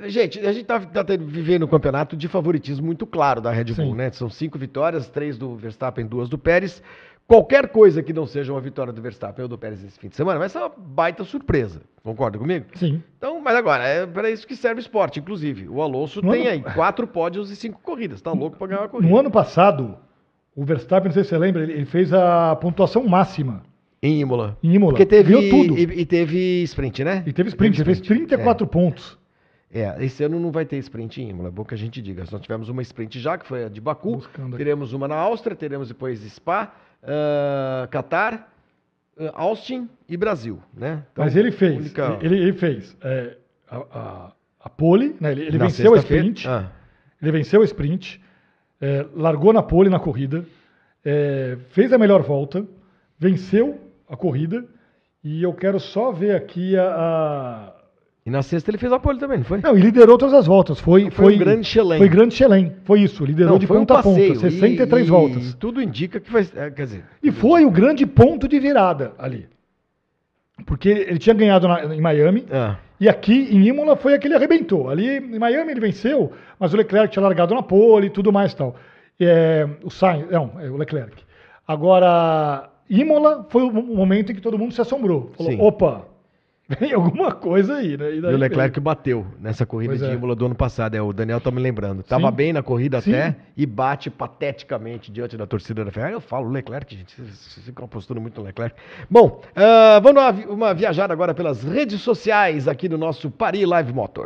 gente, a gente tá vivendo um campeonato de favoritismo muito claro da Red Bull,
Sim.
né? São 5 vitórias, 3 do Verstappen, 2 do Pérez. Qualquer coisa que não seja uma vitória do Verstappen ou do Pérez nesse fim de semana vai ser uma baita surpresa. Concorda comigo?
Sim.
Então, mas agora, é para isso que serve o esporte, inclusive. O Alonso tem aí 4 pódios e 5 corridas. Tá louco pra ganhar uma corrida.
No ano passado, o Verstappen, não sei se você lembra, ele fez a pontuação máxima.
Em Imola.
Em Imola.
Porque teve,
Ganhou tudo.
E teve sprint, né?
E teve sprint, ele fez 34 pontos.
Esse ano não vai ter sprint em Imola, é bom que a gente diga. Nós tivemos uma sprint já, que foi a de Baku.
Buscando aqui.
Teremos uma na Áustria, teremos depois Spa, Qatar, Austin e Brasil, né? Então,
Mas ele fez,
única-
ele fez a pole, né? Ele
Na
venceu a
sexta-feira.
sprint, ele venceu a sprint, largou na pole na corrida, fez a melhor volta, venceu a corrida, e eu quero só ver aqui
E na sexta ele fez a pole também, não foi?
Não, e liderou todas as voltas. Foi
um grande chelém.
Foi grande chelém. Foi isso. Liderou
Não,
de
foi
ponta a ponta.
passeio,
63 voltas.
E tudo indica que vai. Quer dizer.
E foi o grande ponto de virada ali. Porque ele tinha ganhado em Miami. E aqui em Imola foi a que ele arrebentou. Ali em Miami ele venceu, mas o Leclerc tinha largado na pole e tudo mais e tal. O Sainz, não, o Leclerc. Agora, Imola foi o momento em que todo mundo se assombrou. Falou,
Sim.
opa, vem alguma coisa aí, né?
E o Leclerc bateu nessa corrida
Pois
de
é.
Imola do ano passado. O Daniel tá me lembrando. Tava
Sim.
bem na corrida
Sim.
até e bate pateticamente diante da torcida da Ferrari. Eu falo, Leclerc, gente, vocês ficam apostando muito no Leclerc. Bom, vamos dar uma viajada agora pelas redes sociais aqui no nosso Paris Live Motor.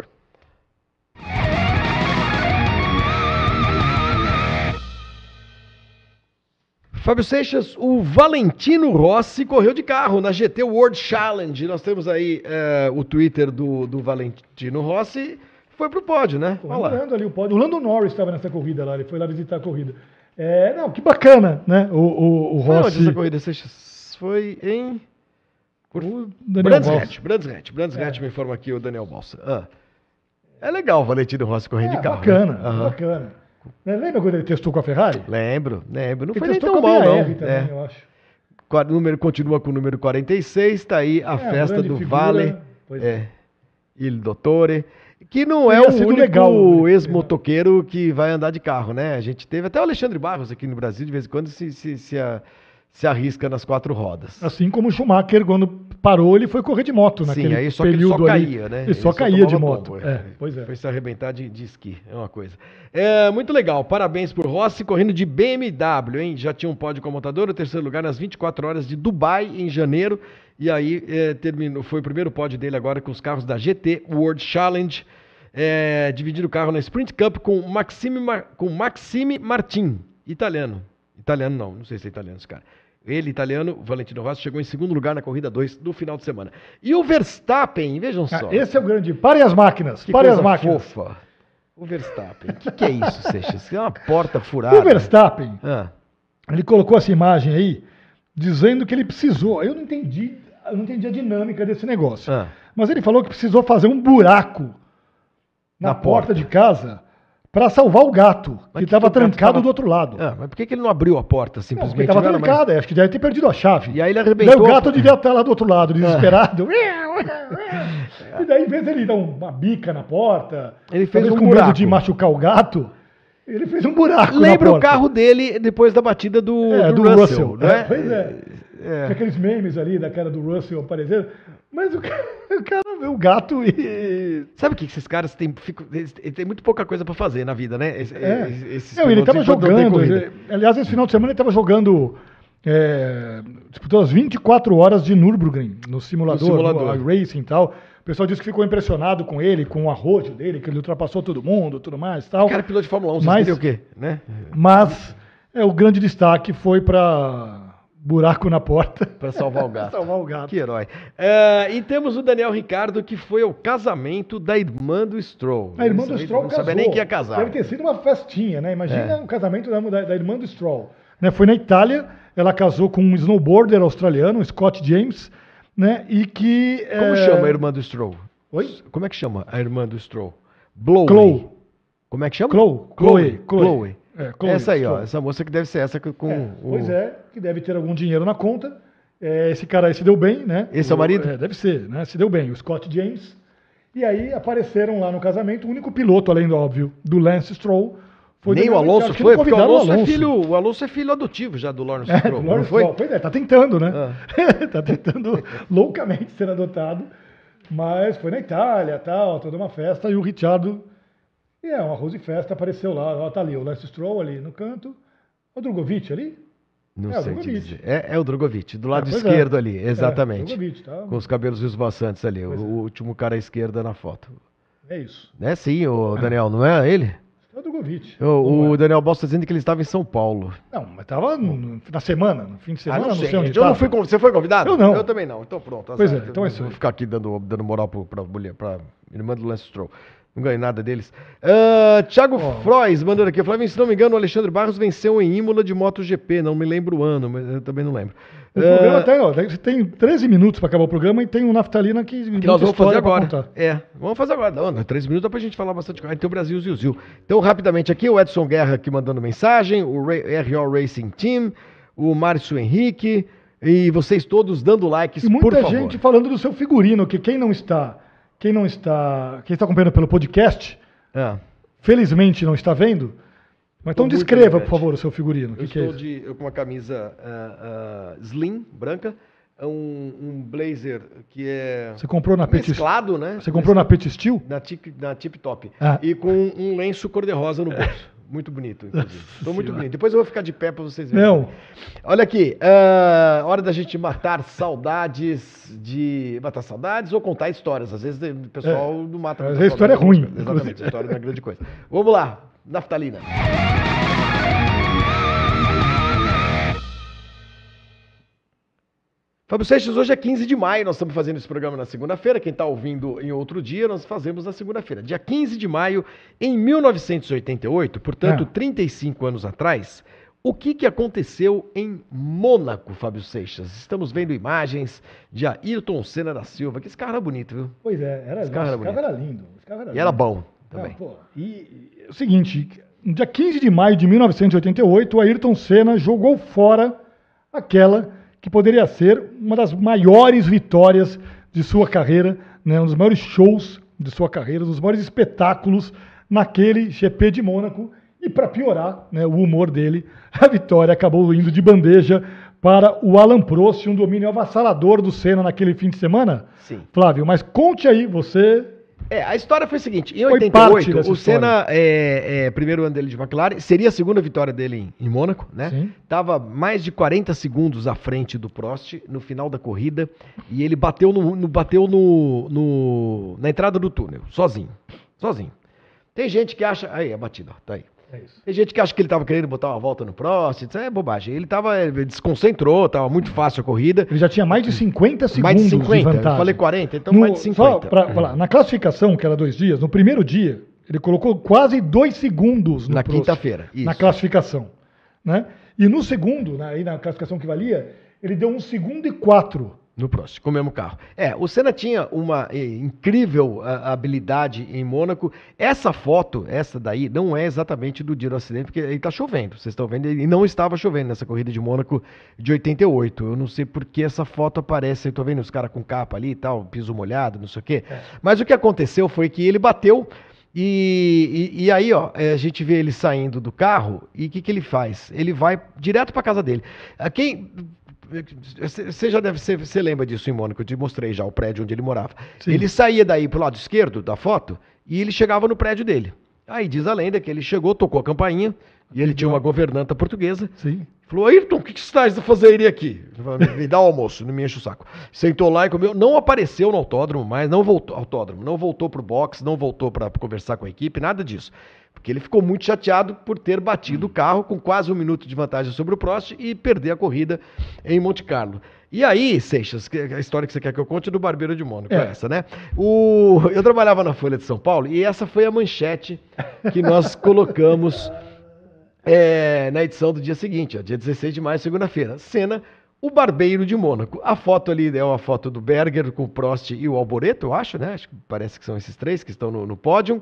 Fábio Seixas, o Valentino Rossi correu de carro na GT World Challenge. Nós temos aí o Twitter do Valentino Rossi. Foi pro pódio, né? Olha lá.
Olhando ali o pódio. O Lando Norris estava nessa corrida lá, ele foi lá visitar a corrida. Não, que bacana, né? O
Foi onde
Rossi.
essa corrida, Seixas? Foi em...
O Daniel Balsa.
Brands Hatch, me informa aqui o Daniel Balsa. É legal o Valentino Rossi correndo de carro.
Bacana,
né? Aham.
bacana. Lembra quando ele testou com a Ferrari?
Lembro. Não
Ele
foi nem
testou
tão
com a
mal, não.
BR também, eu acho.
O número continua com o número 46, tá aí a festa
grande
do
figura,
Vale,
pois é.
Il Dottore, que não é
Teria
o
sido
único
legal,
ex-motoqueiro que vai andar de carro, né? A gente teve até o Alexandre Barros aqui no Brasil, de vez em quando se arrisca nas 4 rodas.
Assim como o Schumacher, quando parou, ele foi correr de moto naquele
Sim, aí só que ele
período
só
ali.
caía, né?
Ele só caía
tomava
de moto.
tombo,
Pois é.
Foi se arrebentar de esqui, é uma coisa. Muito legal, parabéns por Rossi, correndo de BMW, hein? Já tinha um pódio com a montadora, o terceiro lugar nas 24 horas de Dubai, em janeiro, e aí foi o primeiro pódio dele agora com os carros da GT World Challenge, dividindo o carro na Sprint Cup com Maxime Martin, italiano. Italiano não sei se é italiano esse cara. Ele, italiano, Valentino Rossi, chegou em segundo lugar na corrida 2 do final de semana. E o Verstappen, vejam só.
Esse é o grande. Parem as máquinas.
Que
Parem
coisa
as máquinas.
fofa. O Verstappen. O que é isso, Seixas? Isso é uma porta furada.
O Verstappen,
Ah,
ele colocou essa imagem aí, dizendo que ele precisou. Eu não entendi a dinâmica desse negócio. Mas ele falou que precisou fazer um buraco na porta de casa para salvar o gato,
Mas
que
que
estava
o gato
trancado
tava-
do outro lado.
mas por que ele não abriu a porta
Não, porque
simplesmente?
estava
Não era mais-
trancada, acho que deve ter perdido a chave.
E aí ele
Daí
arrebentou.
o gato devia estar lá do outro lado, desesperado. E daí, em vez de ele dar uma bica na porta,
Ele fez
talvez
um
com
buraco.
medo de machucar o gato, ele fez um buraco
Lembra
na
o
porta.
carro dele depois da batida do Russell, né?
Pois é. Tinha aqueles memes ali da cara do Russell aparecendo, mas o cara vê o gato e...
Sabe o que esses caras têm? Eles têm muito pouca coisa pra fazer na vida, né? Esses
Não, ele
pilotos,
estava
enquanto não tem
jogando,
corrida.
aliás, esse final de semana ele estava jogando, disputou as 24 horas de Nürburgring, no simulador. No Racing e tal. O pessoal disse que ficou impressionado com ele, com o arrojo dele, que ele ultrapassou todo mundo, tudo mais e tal.
O cara é piloto de Fórmula 1, vocês
Mas-
queriam o quê? Né?
Mas o grande destaque foi para buraco na porta.
Pra salvar o gato.
Salvar o gato.
Que herói. E temos o Daniel Ricciardo, que foi ao casamento da irmã do Stroll.
A irmã
Isso
do
aí,
Stroll
não
casou.
sabia nem que ia casar.
Deve ter sido uma festinha, né? Imagina o casamento da irmã do Stroll. Né? Foi na Itália, ela casou com um snowboarder australiano, Scott James, né? E que...
Como chama a irmã do Stroll?
Oi?
Como é que chama a irmã do Stroll? Blow.
Chloe.
Como é que chama?
Chloe.
Chloe.
Chloe
Essa aí, ó.
Stroll.
Essa moça que deve ser essa com
Pois é, que deve ter algum dinheiro na conta. Esse cara aí se deu bem, né?
Esse é o marido?
Deve ser, né? Se deu bem. O Scott James. E aí apareceram lá no casamento, o único piloto, além do óbvio, do Lance Stroll.
Nem o Alonso foi, porque o Alonso é filho adotivo já do Lawrence Stroll.
Não foi? Pois é, tá tentando, né? Tá tentando loucamente ser adotado. Mas foi na Itália, tal, toda uma festa. E o Ricciardo, um arroz e festa, apareceu lá. Ó, tá ali, o Lance Stroll ali no canto. O Drogovic ali?
Não sei te dizer. É o Drogovic, do lado esquerdo ali, exatamente. Drogovic, tá? Com os cabelos esvoaçantes ali, o último cara à esquerda na foto.
É isso.
É sim, o Daniel, não é ele?
É o Drogovic.
O Daniel Boss está dizendo que ele estava em São Paulo.
Não, mas estava na semana, no fim de semana,
não sei onde estava. Você foi convidado?
Eu não.
Eu também não, então pronto.
Pois é, então é isso.
Vou ficar aqui dando moral para irmã do Lance Stroll. Não ganhei nada deles. Thiago Frois mandando aqui. Flávio, se não me engano, o Alexandre Barros venceu em Imola de MotoGP. Não me lembro o ano, mas eu também não lembro.
O programa você tem 13 minutos para acabar o programa e tem um Naftalina que
nós vamos fazer agora. Vamos fazer agora. Não, 13 minutos dá pra gente falar bastante coisa. Tem o Brasil Zil. Então, rapidamente aqui, o Edson Guerra aqui mandando mensagem, o RO Racing Team, o Márcio Henrique e vocês todos dando likes, por favor.
E muita gente falando do seu figurino, que quem está acompanhando pelo podcast, felizmente não está vendo, mas então descreva, por favor, o seu figurino.
Eu estou com uma camisa slim, branca, um blazer que é
você comprou na
mesclado, né?
Você comprou na Pit Steel?
Na Tip Top. E com um lenço cor-de-rosa no bolso. Muito bonito, inclusive. Estou muito bonito. Depois eu vou ficar de pé para vocês verem.
Não.
Olha aqui, hora da gente matar saudades ou contar histórias. Às vezes o pessoal não mata.
Às vezes a história é ruim.
Exatamente, a história não é grande coisa. Vamos lá, Naftalina. Fábio Seixas, hoje é 15 de maio, nós estamos fazendo esse programa na segunda-feira, quem está ouvindo em outro dia, nós fazemos na segunda-feira. Dia 15 de maio, em 1988, portanto, 35 anos atrás, o que aconteceu em Mônaco, Fábio Seixas? Estamos vendo imagens de Ayrton Senna da Silva, que esse carro era bonito, viu?
Pois é, esse carro era lindo.
E era bom também.
E o seguinte, no dia 15 de maio de 1988, o Ayrton Senna jogou fora aquela que poderia ser uma das maiores vitórias de sua carreira, né, um dos maiores shows de sua carreira, um dos maiores espetáculos naquele GP de Mônaco. E para piorar, né, o humor dele, a vitória acabou indo de bandeja para o Alan Prost, um domínio avassalador do Senna naquele fim de semana.
Sim.
Flávio, mas conte aí, você...
a história foi a seguinte, em 88, o Senna, primeiro ano dele de McLaren, seria a segunda vitória dele em Mônaco, né?
Sim.
Tava mais de 40 segundos à frente do Prost no final da corrida e ele bateu na entrada do túnel, sozinho. Tem gente que acha... Aí, a batida, ó, tá aí. Tem gente que acha que ele estava querendo botar uma volta no Prost, isso é bobagem. Ele desconcentrou, estava muito fácil a corrida.
Ele já tinha mais de 50 segundos
mais de 50,
de vantagem.
Eu falei 40, então mais de 50.
Só pra falar, na classificação, que era 2 dias, no primeiro dia, ele colocou quase 2 segundos no
na
Prost,
quinta-feira, isso.
Na classificação. Né? E no segundo, aí na classificação que valia, ele deu 1 segundo e 4.
No Prost, com o mesmo carro. O Senna tinha uma incrível habilidade em Mônaco. Essa foto, essa daí, não é exatamente do dia do acidente, porque aí tá chovendo. Vocês estão vendo, e não estava chovendo nessa corrida de Mônaco de 88. Eu não sei por que essa foto aparece. Eu tô vendo os caras com capa ali e tal, piso molhado, não sei o quê. Mas o que aconteceu foi que ele bateu e aí, ó, a gente vê ele saindo do carro e o que ele faz? Ele vai direto para casa dele. Você lembra disso em Mônaco? Eu te mostrei já o prédio onde ele morava. Sim. Ele saía daí pro lado esquerdo da foto e ele chegava no prédio dele. Aí diz a lenda que ele chegou, tocou a campainha e ele tinha uma governanta portuguesa.
Sim.
Falou: Ayrton, o que você está fazendo aqui? Me dá o almoço, não me enche o saco. Sentou lá e comeu. Não apareceu no autódromo mais, não voltou pro box, não voltou para conversar com a equipe, nada disso. Porque ele ficou muito chateado por ter batido o carro com quase 1 minuto de vantagem sobre o Prost e perder a corrida em Monte Carlo. E aí, Seixas, a história que você quer que eu conte é do Barbeiro de Mônaco, essa, né? Eu trabalhava na Folha de São Paulo e essa foi a manchete que nós colocamos na edição do dia seguinte, dia 16 de maio, segunda-feira. Senna, o Barbeiro de Mônaco. A foto ali é uma foto do Berger com o Prost e o Alboreto, eu acho, né? Acho que parece que são esses três que estão no pódio.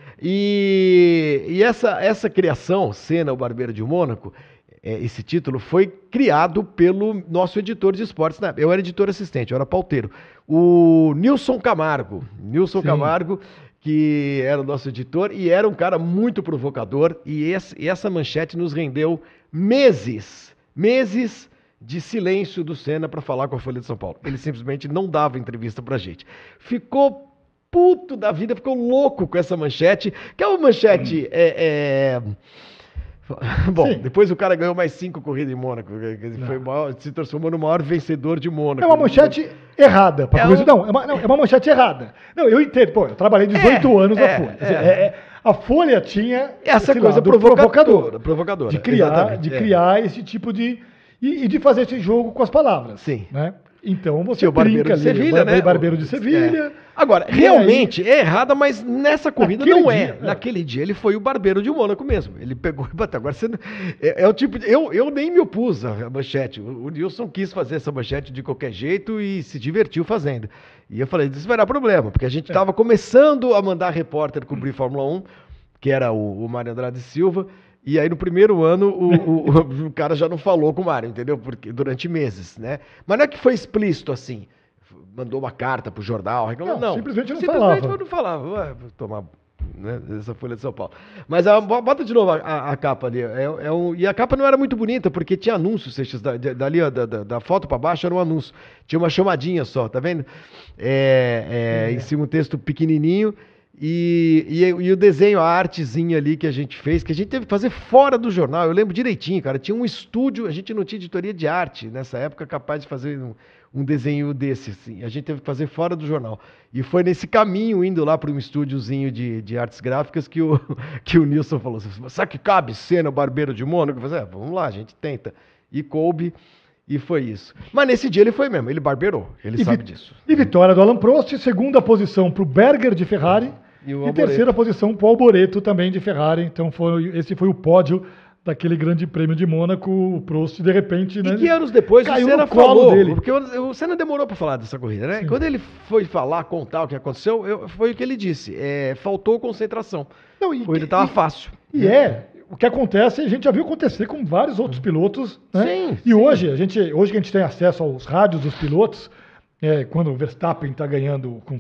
E essa criação, Senna, o Barbeiro de Mônaco, esse título foi criado pelo nosso editor de esportes. Eu era editor assistente, eu era pauteiro. o Nilson Camargo. Nilson
Sim.
Camargo, que era o nosso editor e era um cara muito provocador. E essa manchete nos rendeu meses de silêncio do Senna para falar com a Folha de São Paulo. Ele simplesmente não dava entrevista pra gente. Ficou puto da vida, ficou louco com essa manchete, que é uma manchete... Bom,
Sim.
depois o cara ganhou mais 5 corridas em Mônaco, se transformou no maior vencedor de Mônaco.
É uma manchete errada. É uma manchete errada. Não, eu entendo. Pô, eu trabalhei 18 anos na Folha. A Folha tinha
essa
esse
coisa
lado
provocadora.
De criar esse tipo de... E de fazer esse jogo com as palavras.
Sim.
Né? Então você
Tinha o Barbeiro de Sevilha, né?
Barbeiro de Sevilha.
Agora, realmente é errada, mas nessa corrida não é.
dia,
Naquele dia ele foi o Barbeiro de Mônaco mesmo. Ele pegou e bateu. Agora você é o tipo de, eu nem me opus à manchete. O Nilson quis fazer essa manchete de qualquer jeito e se divertiu fazendo. E eu falei, isso vai dar problema, porque a gente estava começando a mandar repórter cobrir Fórmula 1, que era o Mário Andrade Silva. E aí, no primeiro ano, o cara já não falou com o Mário, entendeu? Porque, durante meses, né? Mas não é que foi explícito assim. Mandou uma carta pro jornal, reclamou. Não,
simplesmente não
não falava. Ué, vou tomar, né, essa Folha de São Paulo. Mas bota de novo a capa ali. E a capa não era muito bonita, porque tinha anúncio, Seixas, dali, ó, da foto para baixo era um anúncio. Tinha uma chamadinha só, tá vendo? Em cima um texto pequenininho. E o desenho, a artezinha ali que a gente fez, que a gente teve que fazer fora do jornal. Eu lembro direitinho, cara. Tinha um estúdio, a gente não tinha editoria de arte nessa época capaz de fazer um desenho desse, assim. A gente teve que fazer fora do jornal. E foi nesse caminho, indo lá para um estúdiozinho de artes gráficas, que o Nilson falou assim: sabe que cabe Senna, Barbeiro de Mônaco? Eu falei, vamos lá, a gente tenta. E coube. E foi isso. Mas nesse dia ele foi mesmo, ele barbeirou, ele sabe disso.
E vitória do Alan Prost, segunda posição para o Berger de Ferrari e terceira posição para o Alboreto também de Ferrari. Então esse foi o pódio daquele grande prêmio de Mônaco. O Prost, de repente...
E que anos depois o Senna falou dele. Porque o Senna demorou para falar dessa corrida, né? Sim. Quando ele foi contar o que aconteceu, foi o que ele disse. Faltou concentração. A corrida estava fácil.
O que acontece, a gente já viu acontecer com vários outros pilotos, né?
Sim,
e hoje que a gente tem acesso aos rádios dos pilotos, quando o Verstappen está ganhando com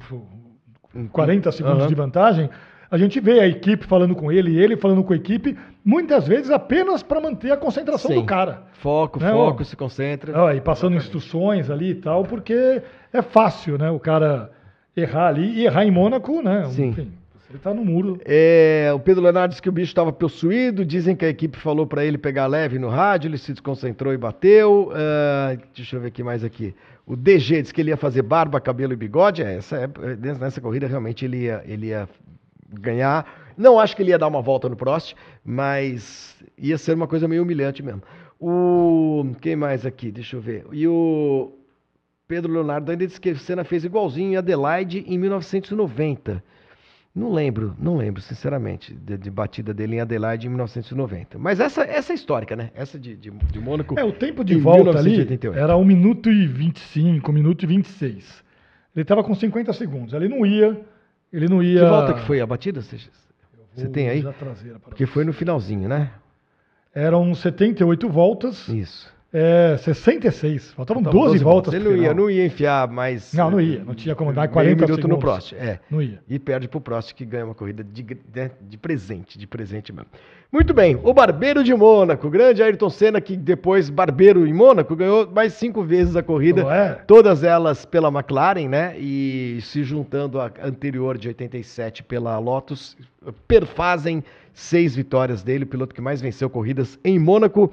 40 segundos de vantagem, a gente vê a equipe falando com ele falando com a equipe, muitas vezes apenas para manter a concentração do cara.
Foco, se concentra.
E passando instruções ali e tal, porque é fácil, né? O cara errar ali, e errar em Mônaco, né?
Sim.
Enfim. Ele tá no muro.
O Pedro Leonardo disse que o bicho estava possuído. Dizem que a equipe falou para ele pegar leve no rádio. Ele se desconcentrou e bateu. Deixa eu ver aqui mais aqui. O DG disse que ele ia fazer barba, cabelo e bigode. Nessa corrida realmente ele ia ganhar. Não acho que ele ia dar uma volta no Prost, mas ia ser uma coisa meio humilhante mesmo. Quem mais aqui? Deixa eu ver. E o Pedro Leonardo ainda disse que o Senna fez igualzinho em Adelaide em 1990. Não lembro, sinceramente, de batida dele em Adelaide em 1990. Mas essa é histórica, né? Essa de Mônaco.
O tempo de volta 1988. Ali era 1 minuto e 25, 1 minuto e 26. Ele estava com 50 segundos. Ele não ia. Que
volta que foi a batida? Você tem aí? Porque foi no finalzinho, né?
Eram 78 voltas.
Isso.
66. Faltavam 12 voltas.
Ele não ia enfiar mais.
Não ia. Não tinha como dar 40
minutos
segundos
no Prost.
Não ia.
E perde pro Prost, que ganha uma corrida de presente mesmo. Muito bem. O Barbeiro de Mônaco, grande Ayrton Senna, que depois, Barbeiro em Mônaco, ganhou mais 5 vezes a corrida. Todas elas pela McLaren, né? E se juntando à anterior de 87 pela Lotus, perfazem 6 vitórias dele, o piloto que mais venceu corridas em Mônaco.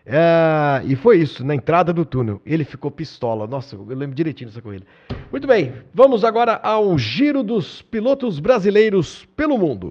E foi isso, na entrada do túnel. Ele ficou pistola. Nossa, eu lembro direitinho dessa corrida. Muito bem, vamos agora ao giro dos pilotos brasileiros pelo mundo.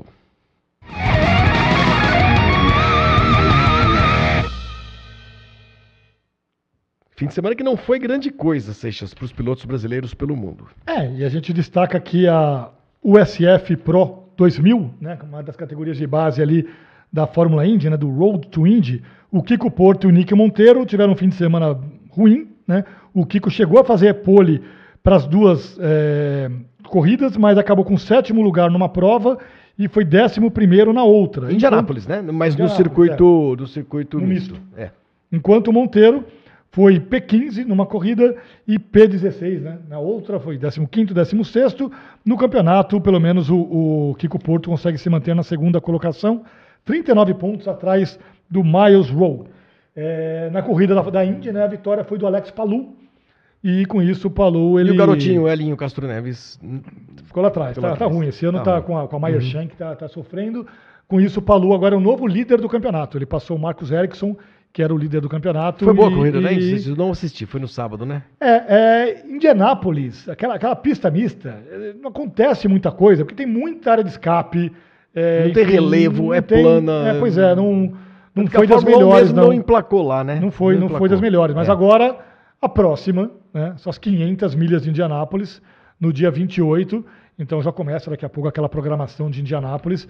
Fim de semana que não foi grande coisa, Seixas, para os pilotos brasileiros pelo mundo.
E a gente destaca aqui a USF Pro 2000, né, uma das categorias de base ali da Fórmula Indy, né, do Road to Indy. O Kiko Porto e o Nick Monteiro tiveram um fim de semana ruim, né? O Kiko chegou a fazer pole para as duas corridas, mas acabou com 7º lugar numa prova e foi 11º na outra.
Indianápolis, né? Mas do circuito misto.
Enquanto o Monteiro foi P15 numa corrida e P16, né? Na outra foi 15º, 16º. No campeonato, pelo menos o Kiko Porto consegue se manter na segunda colocação, 39 pontos atrás do Miles Rowe. Na corrida da Indy, né, a vitória foi do Alex Palou. E com isso o Palou...
E o garotinho, o Elinho Castro Neves...
Ficou lá atrás. Tá ruim. Esse ano tá com a Meyer Shank, tá sofrendo. Com isso o Palou agora é o novo líder do campeonato. Ele passou o Marcus Ericsson, que era o líder do campeonato.
Foi boa a corrida, né? Eu não assisti, foi no sábado, né?
Indianápolis, aquela pista mista, não acontece muita coisa, porque tem muita área de escape.
Não tem relevo, plana.
Pois é, não foi das melhores.
Não emplacou lá, né?
Não foi das melhores, mas agora a próxima, né? São as 500 milhas de Indianápolis, no dia 28, então já começa daqui a pouco aquela programação de Indianápolis.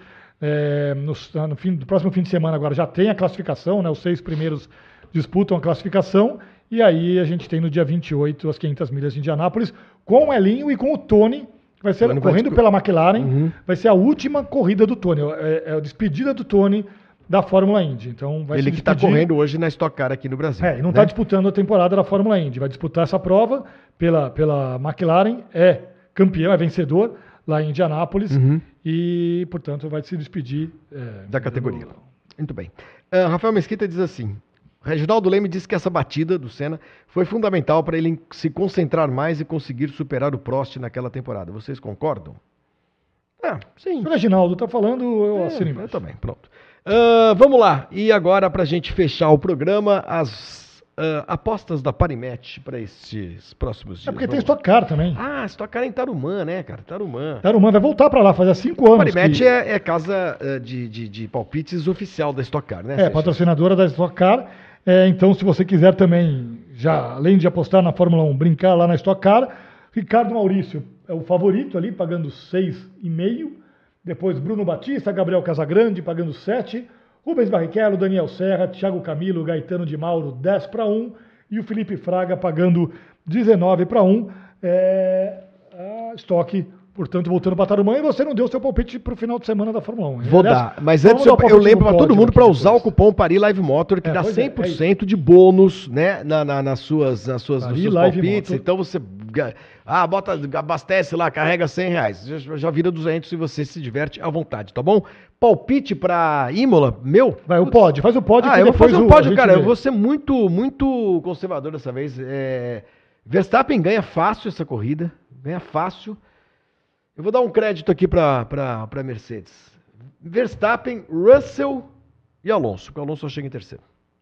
No próximo fim de semana agora já tem a classificação, né? Os 6 primeiros disputam a classificação, e aí a gente tem no dia 28 as 500 milhas de Indianápolis, com o Elinho e com o Tony, que vai ser correndo pela McLaren, vai ser a última corrida do Tony, é a despedida do Tony da Fórmula Indy. Então vai
ele que está correndo hoje na Stock Car aqui no Brasil.
E não está disputando a temporada da Fórmula Indy, vai disputar essa prova pela McLaren, é campeão, é vencedor lá em Indianápolis, e, portanto, vai se despedir
da categoria. Muito bem. Rafael Mesquita diz assim, Reginaldo Leme disse que essa batida do Senna foi fundamental para ele se concentrar mais e conseguir superar o Prost naquela temporada. Vocês concordam?
Sim. Se o Reginaldo está falando, eu assino embaixo.
Eu também, pronto. Vamos lá. E agora, para a gente fechar o programa, as apostas da Parimatch para esses próximos dias.
Porque tem Stock Car também.
Stock Car em Tarumã, né, cara? Tarumã
vai voltar para lá, faz há 5 anos.
Parimatch é casa de palpites oficial da Stock Car, né?
Patrocinadora da Stock Car. Então, se você quiser também, já além de apostar na Fórmula 1, brincar lá na Stock Car, Ricardo Maurício é o favorito ali, pagando 6,5. Depois Bruno Batista, Gabriel Casagrande, pagando 7. Rubens Barrichello, Daniel Serra, Thiago Camilo, Gaetano de Mauro, 10-1. E o Felipe Fraga pagando 19-1. A Stock, portanto, voltando para Tarumã. E você não deu seu palpite para o final de semana da Fórmula 1.
Vou dar, mas antes eu lembro para todo mundo para usar o cupom Paris Live Motor, que dá 100% de bônus, né, nos seus palpites. Então você... abastece lá, carrega R$100. Já vira 200 se você se diverte à vontade, tá bom? Palpite pra Imola, meu?
Faz o pódio.
Eu vou fazer um pódio, cara. Eu vou ser muito, muito conservador dessa vez. Verstappen ganha fácil essa corrida. Ganha fácil. Eu vou dar um crédito aqui pra Mercedes. Verstappen, Russell e Alonso. O Alonso só chega em terceiro.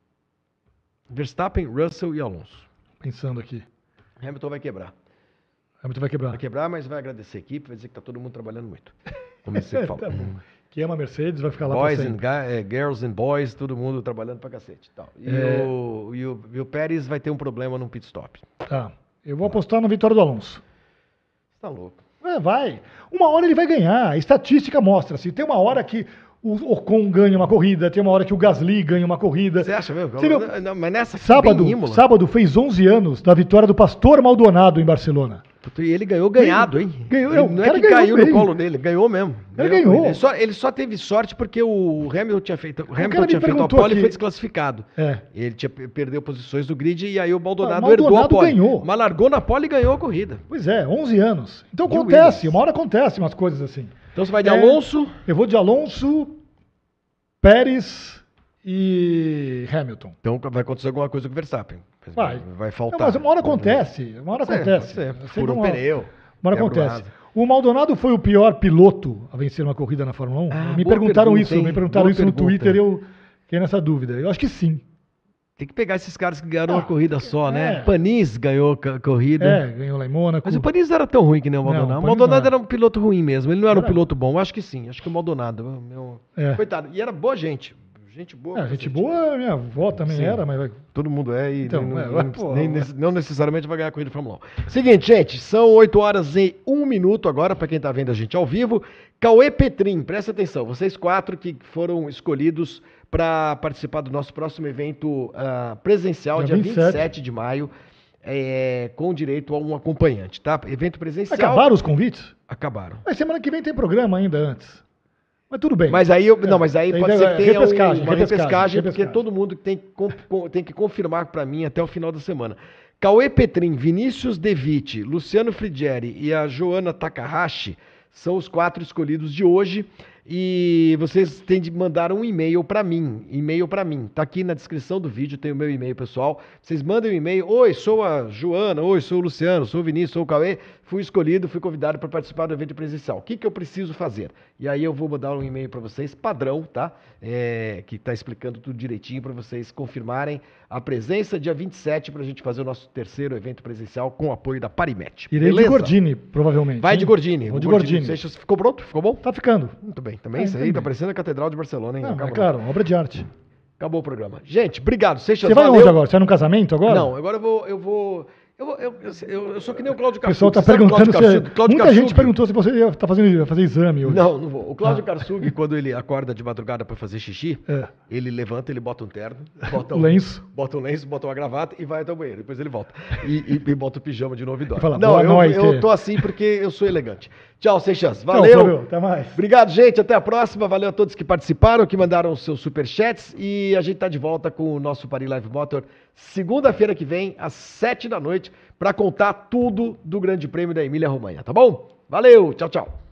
Verstappen, Russell e Alonso.
Pensando aqui.
Hamilton vai quebrar.
Vai
quebrar, mas vai agradecer a equipe, vai dizer que tá todo mundo trabalhando muito. Como você fala.
Tá bom. Que ama Mercedes, vai ficar lá
boys
pra sempre.
Girls and boys, todo mundo trabalhando pra cacete. Tal. E o Pérez vai ter um problema no pit stop.
Tá. Eu vou apostar na vitória do Alonso.
Você tá louco.
Vai. Uma hora ele vai ganhar. A estatística mostra. Se tem uma hora que o Ocon ganha uma corrida, tem uma hora que o Gasly ganha uma corrida.
Você acha mesmo?
Não,
mas nessa
sábado fez 11 anos da vitória do Pastor Maldonado em Barcelona.
E ele ganhou ganhado, hein?
Não
é que caiu no colo dele, ganhou mesmo.
Ele ganhou.
Ele só teve sorte porque o Hamilton tinha feito a pole e foi desclassificado. Ele perdeu posições do grid e aí o Maldonado herdou a pole.
Ganhou.
Mas largou na pole e ganhou a corrida.
Pois 11 anos. Então acontece, uma hora acontece umas coisas assim.
Então você vai de Alonso?
Eu vou de Alonso, Pérez e Hamilton.
Então vai acontecer alguma coisa com o Verstappen. Vai faltar.
Mas uma hora acontece.
Fura um pneu.
Uma hora acontece. O Maldonado foi o pior piloto a vencer uma corrida na Fórmula 1? Me perguntaram isso no Twitter e eu fiquei nessa dúvida. Eu acho que sim.
Tem que pegar esses caras que ganharam uma corrida só, né? Panis ganhou a corrida.
Ganhou lá em Mônaco.
Mas o Panis não era tão ruim que nem o Maldonado. O Maldonado era um piloto ruim mesmo. Ele não era um piloto bom. Eu acho que sim. Acho que o Maldonado. Coitado. E era boa gente. Gente boa.
Gente boa, minha avó também era, mas...
Todo mundo é e não necessariamente vai ganhar a corrida de Fórmula 1. Seguinte, gente, são 8 horas e 1 minuto agora, para quem está vendo a gente ao vivo. Cauê Petrin, presta atenção, vocês 4 que foram escolhidos para participar do nosso próximo evento presencial, dia 27 de maio, com direito a um acompanhante, tá? Evento presencial.
Acabaram os convites?
Acabaram.
Mas semana que vem tem programa ainda antes. Mas tudo bem.
Mas aí, mas aí pode ser que tenha uma repescagem, porque todo mundo tem que confirmar para mim até o final da semana. Cauê Petrin, Vinícius De Vitti, Luciano Frigieri e a Joana Takahashi são os 4 escolhidos de hoje. E vocês têm de mandar um e-mail para mim. Tá aqui na descrição do vídeo, tem o meu e-mail pessoal. Vocês mandem um e-mail. Oi, sou a Joana. Oi, sou o Luciano. Sou o Vinícius. Sou o Cauê. Fui escolhido, fui convidado para participar do evento presencial. O que eu preciso fazer? E aí eu vou mandar um e-mail para vocês, padrão, tá? Que está explicando tudo direitinho para vocês confirmarem a presença dia 27 para a gente fazer o nosso terceiro evento presencial com o apoio da Parimet.
Irei de Gordini, provavelmente.
Vai de Gordini.
Vou de Gordini.
Ficou pronto? Ficou bom?
Tá ficando.
Muito bem. Também isso aí tá parecendo a Catedral de Barcelona, hein?
Não, é claro, obra de arte.
Acabou o programa. Gente, obrigado. Seixas,
você vai onde agora? Você vai no casamento agora?
Não, agora eu sou que nem o Cláudio Karsug.
O pessoal está perguntando muita gente perguntou se você ia fazer exame hoje.
Não vou. O Cláudio Karsug, quando ele acorda de madrugada para fazer xixi, ele levanta, ele bota um terno, bota um lenço, bota uma gravata e vai até o banheiro. Depois ele volta. E bota o pijama de novo e dorme.
Fala,
eu tô assim porque eu sou elegante. Tchau, Seixas. Valeu.
Tchau, até mais.
Obrigado, gente. Até a próxima. Valeu a todos que participaram, que mandaram os seus superchats. E a gente tá de volta com o nosso Paris Live Motor segunda-feira que vem, às 7 da noite, para contar tudo do Grande Prêmio da Emília-Romanha, tá bom? Valeu, tchau, tchau.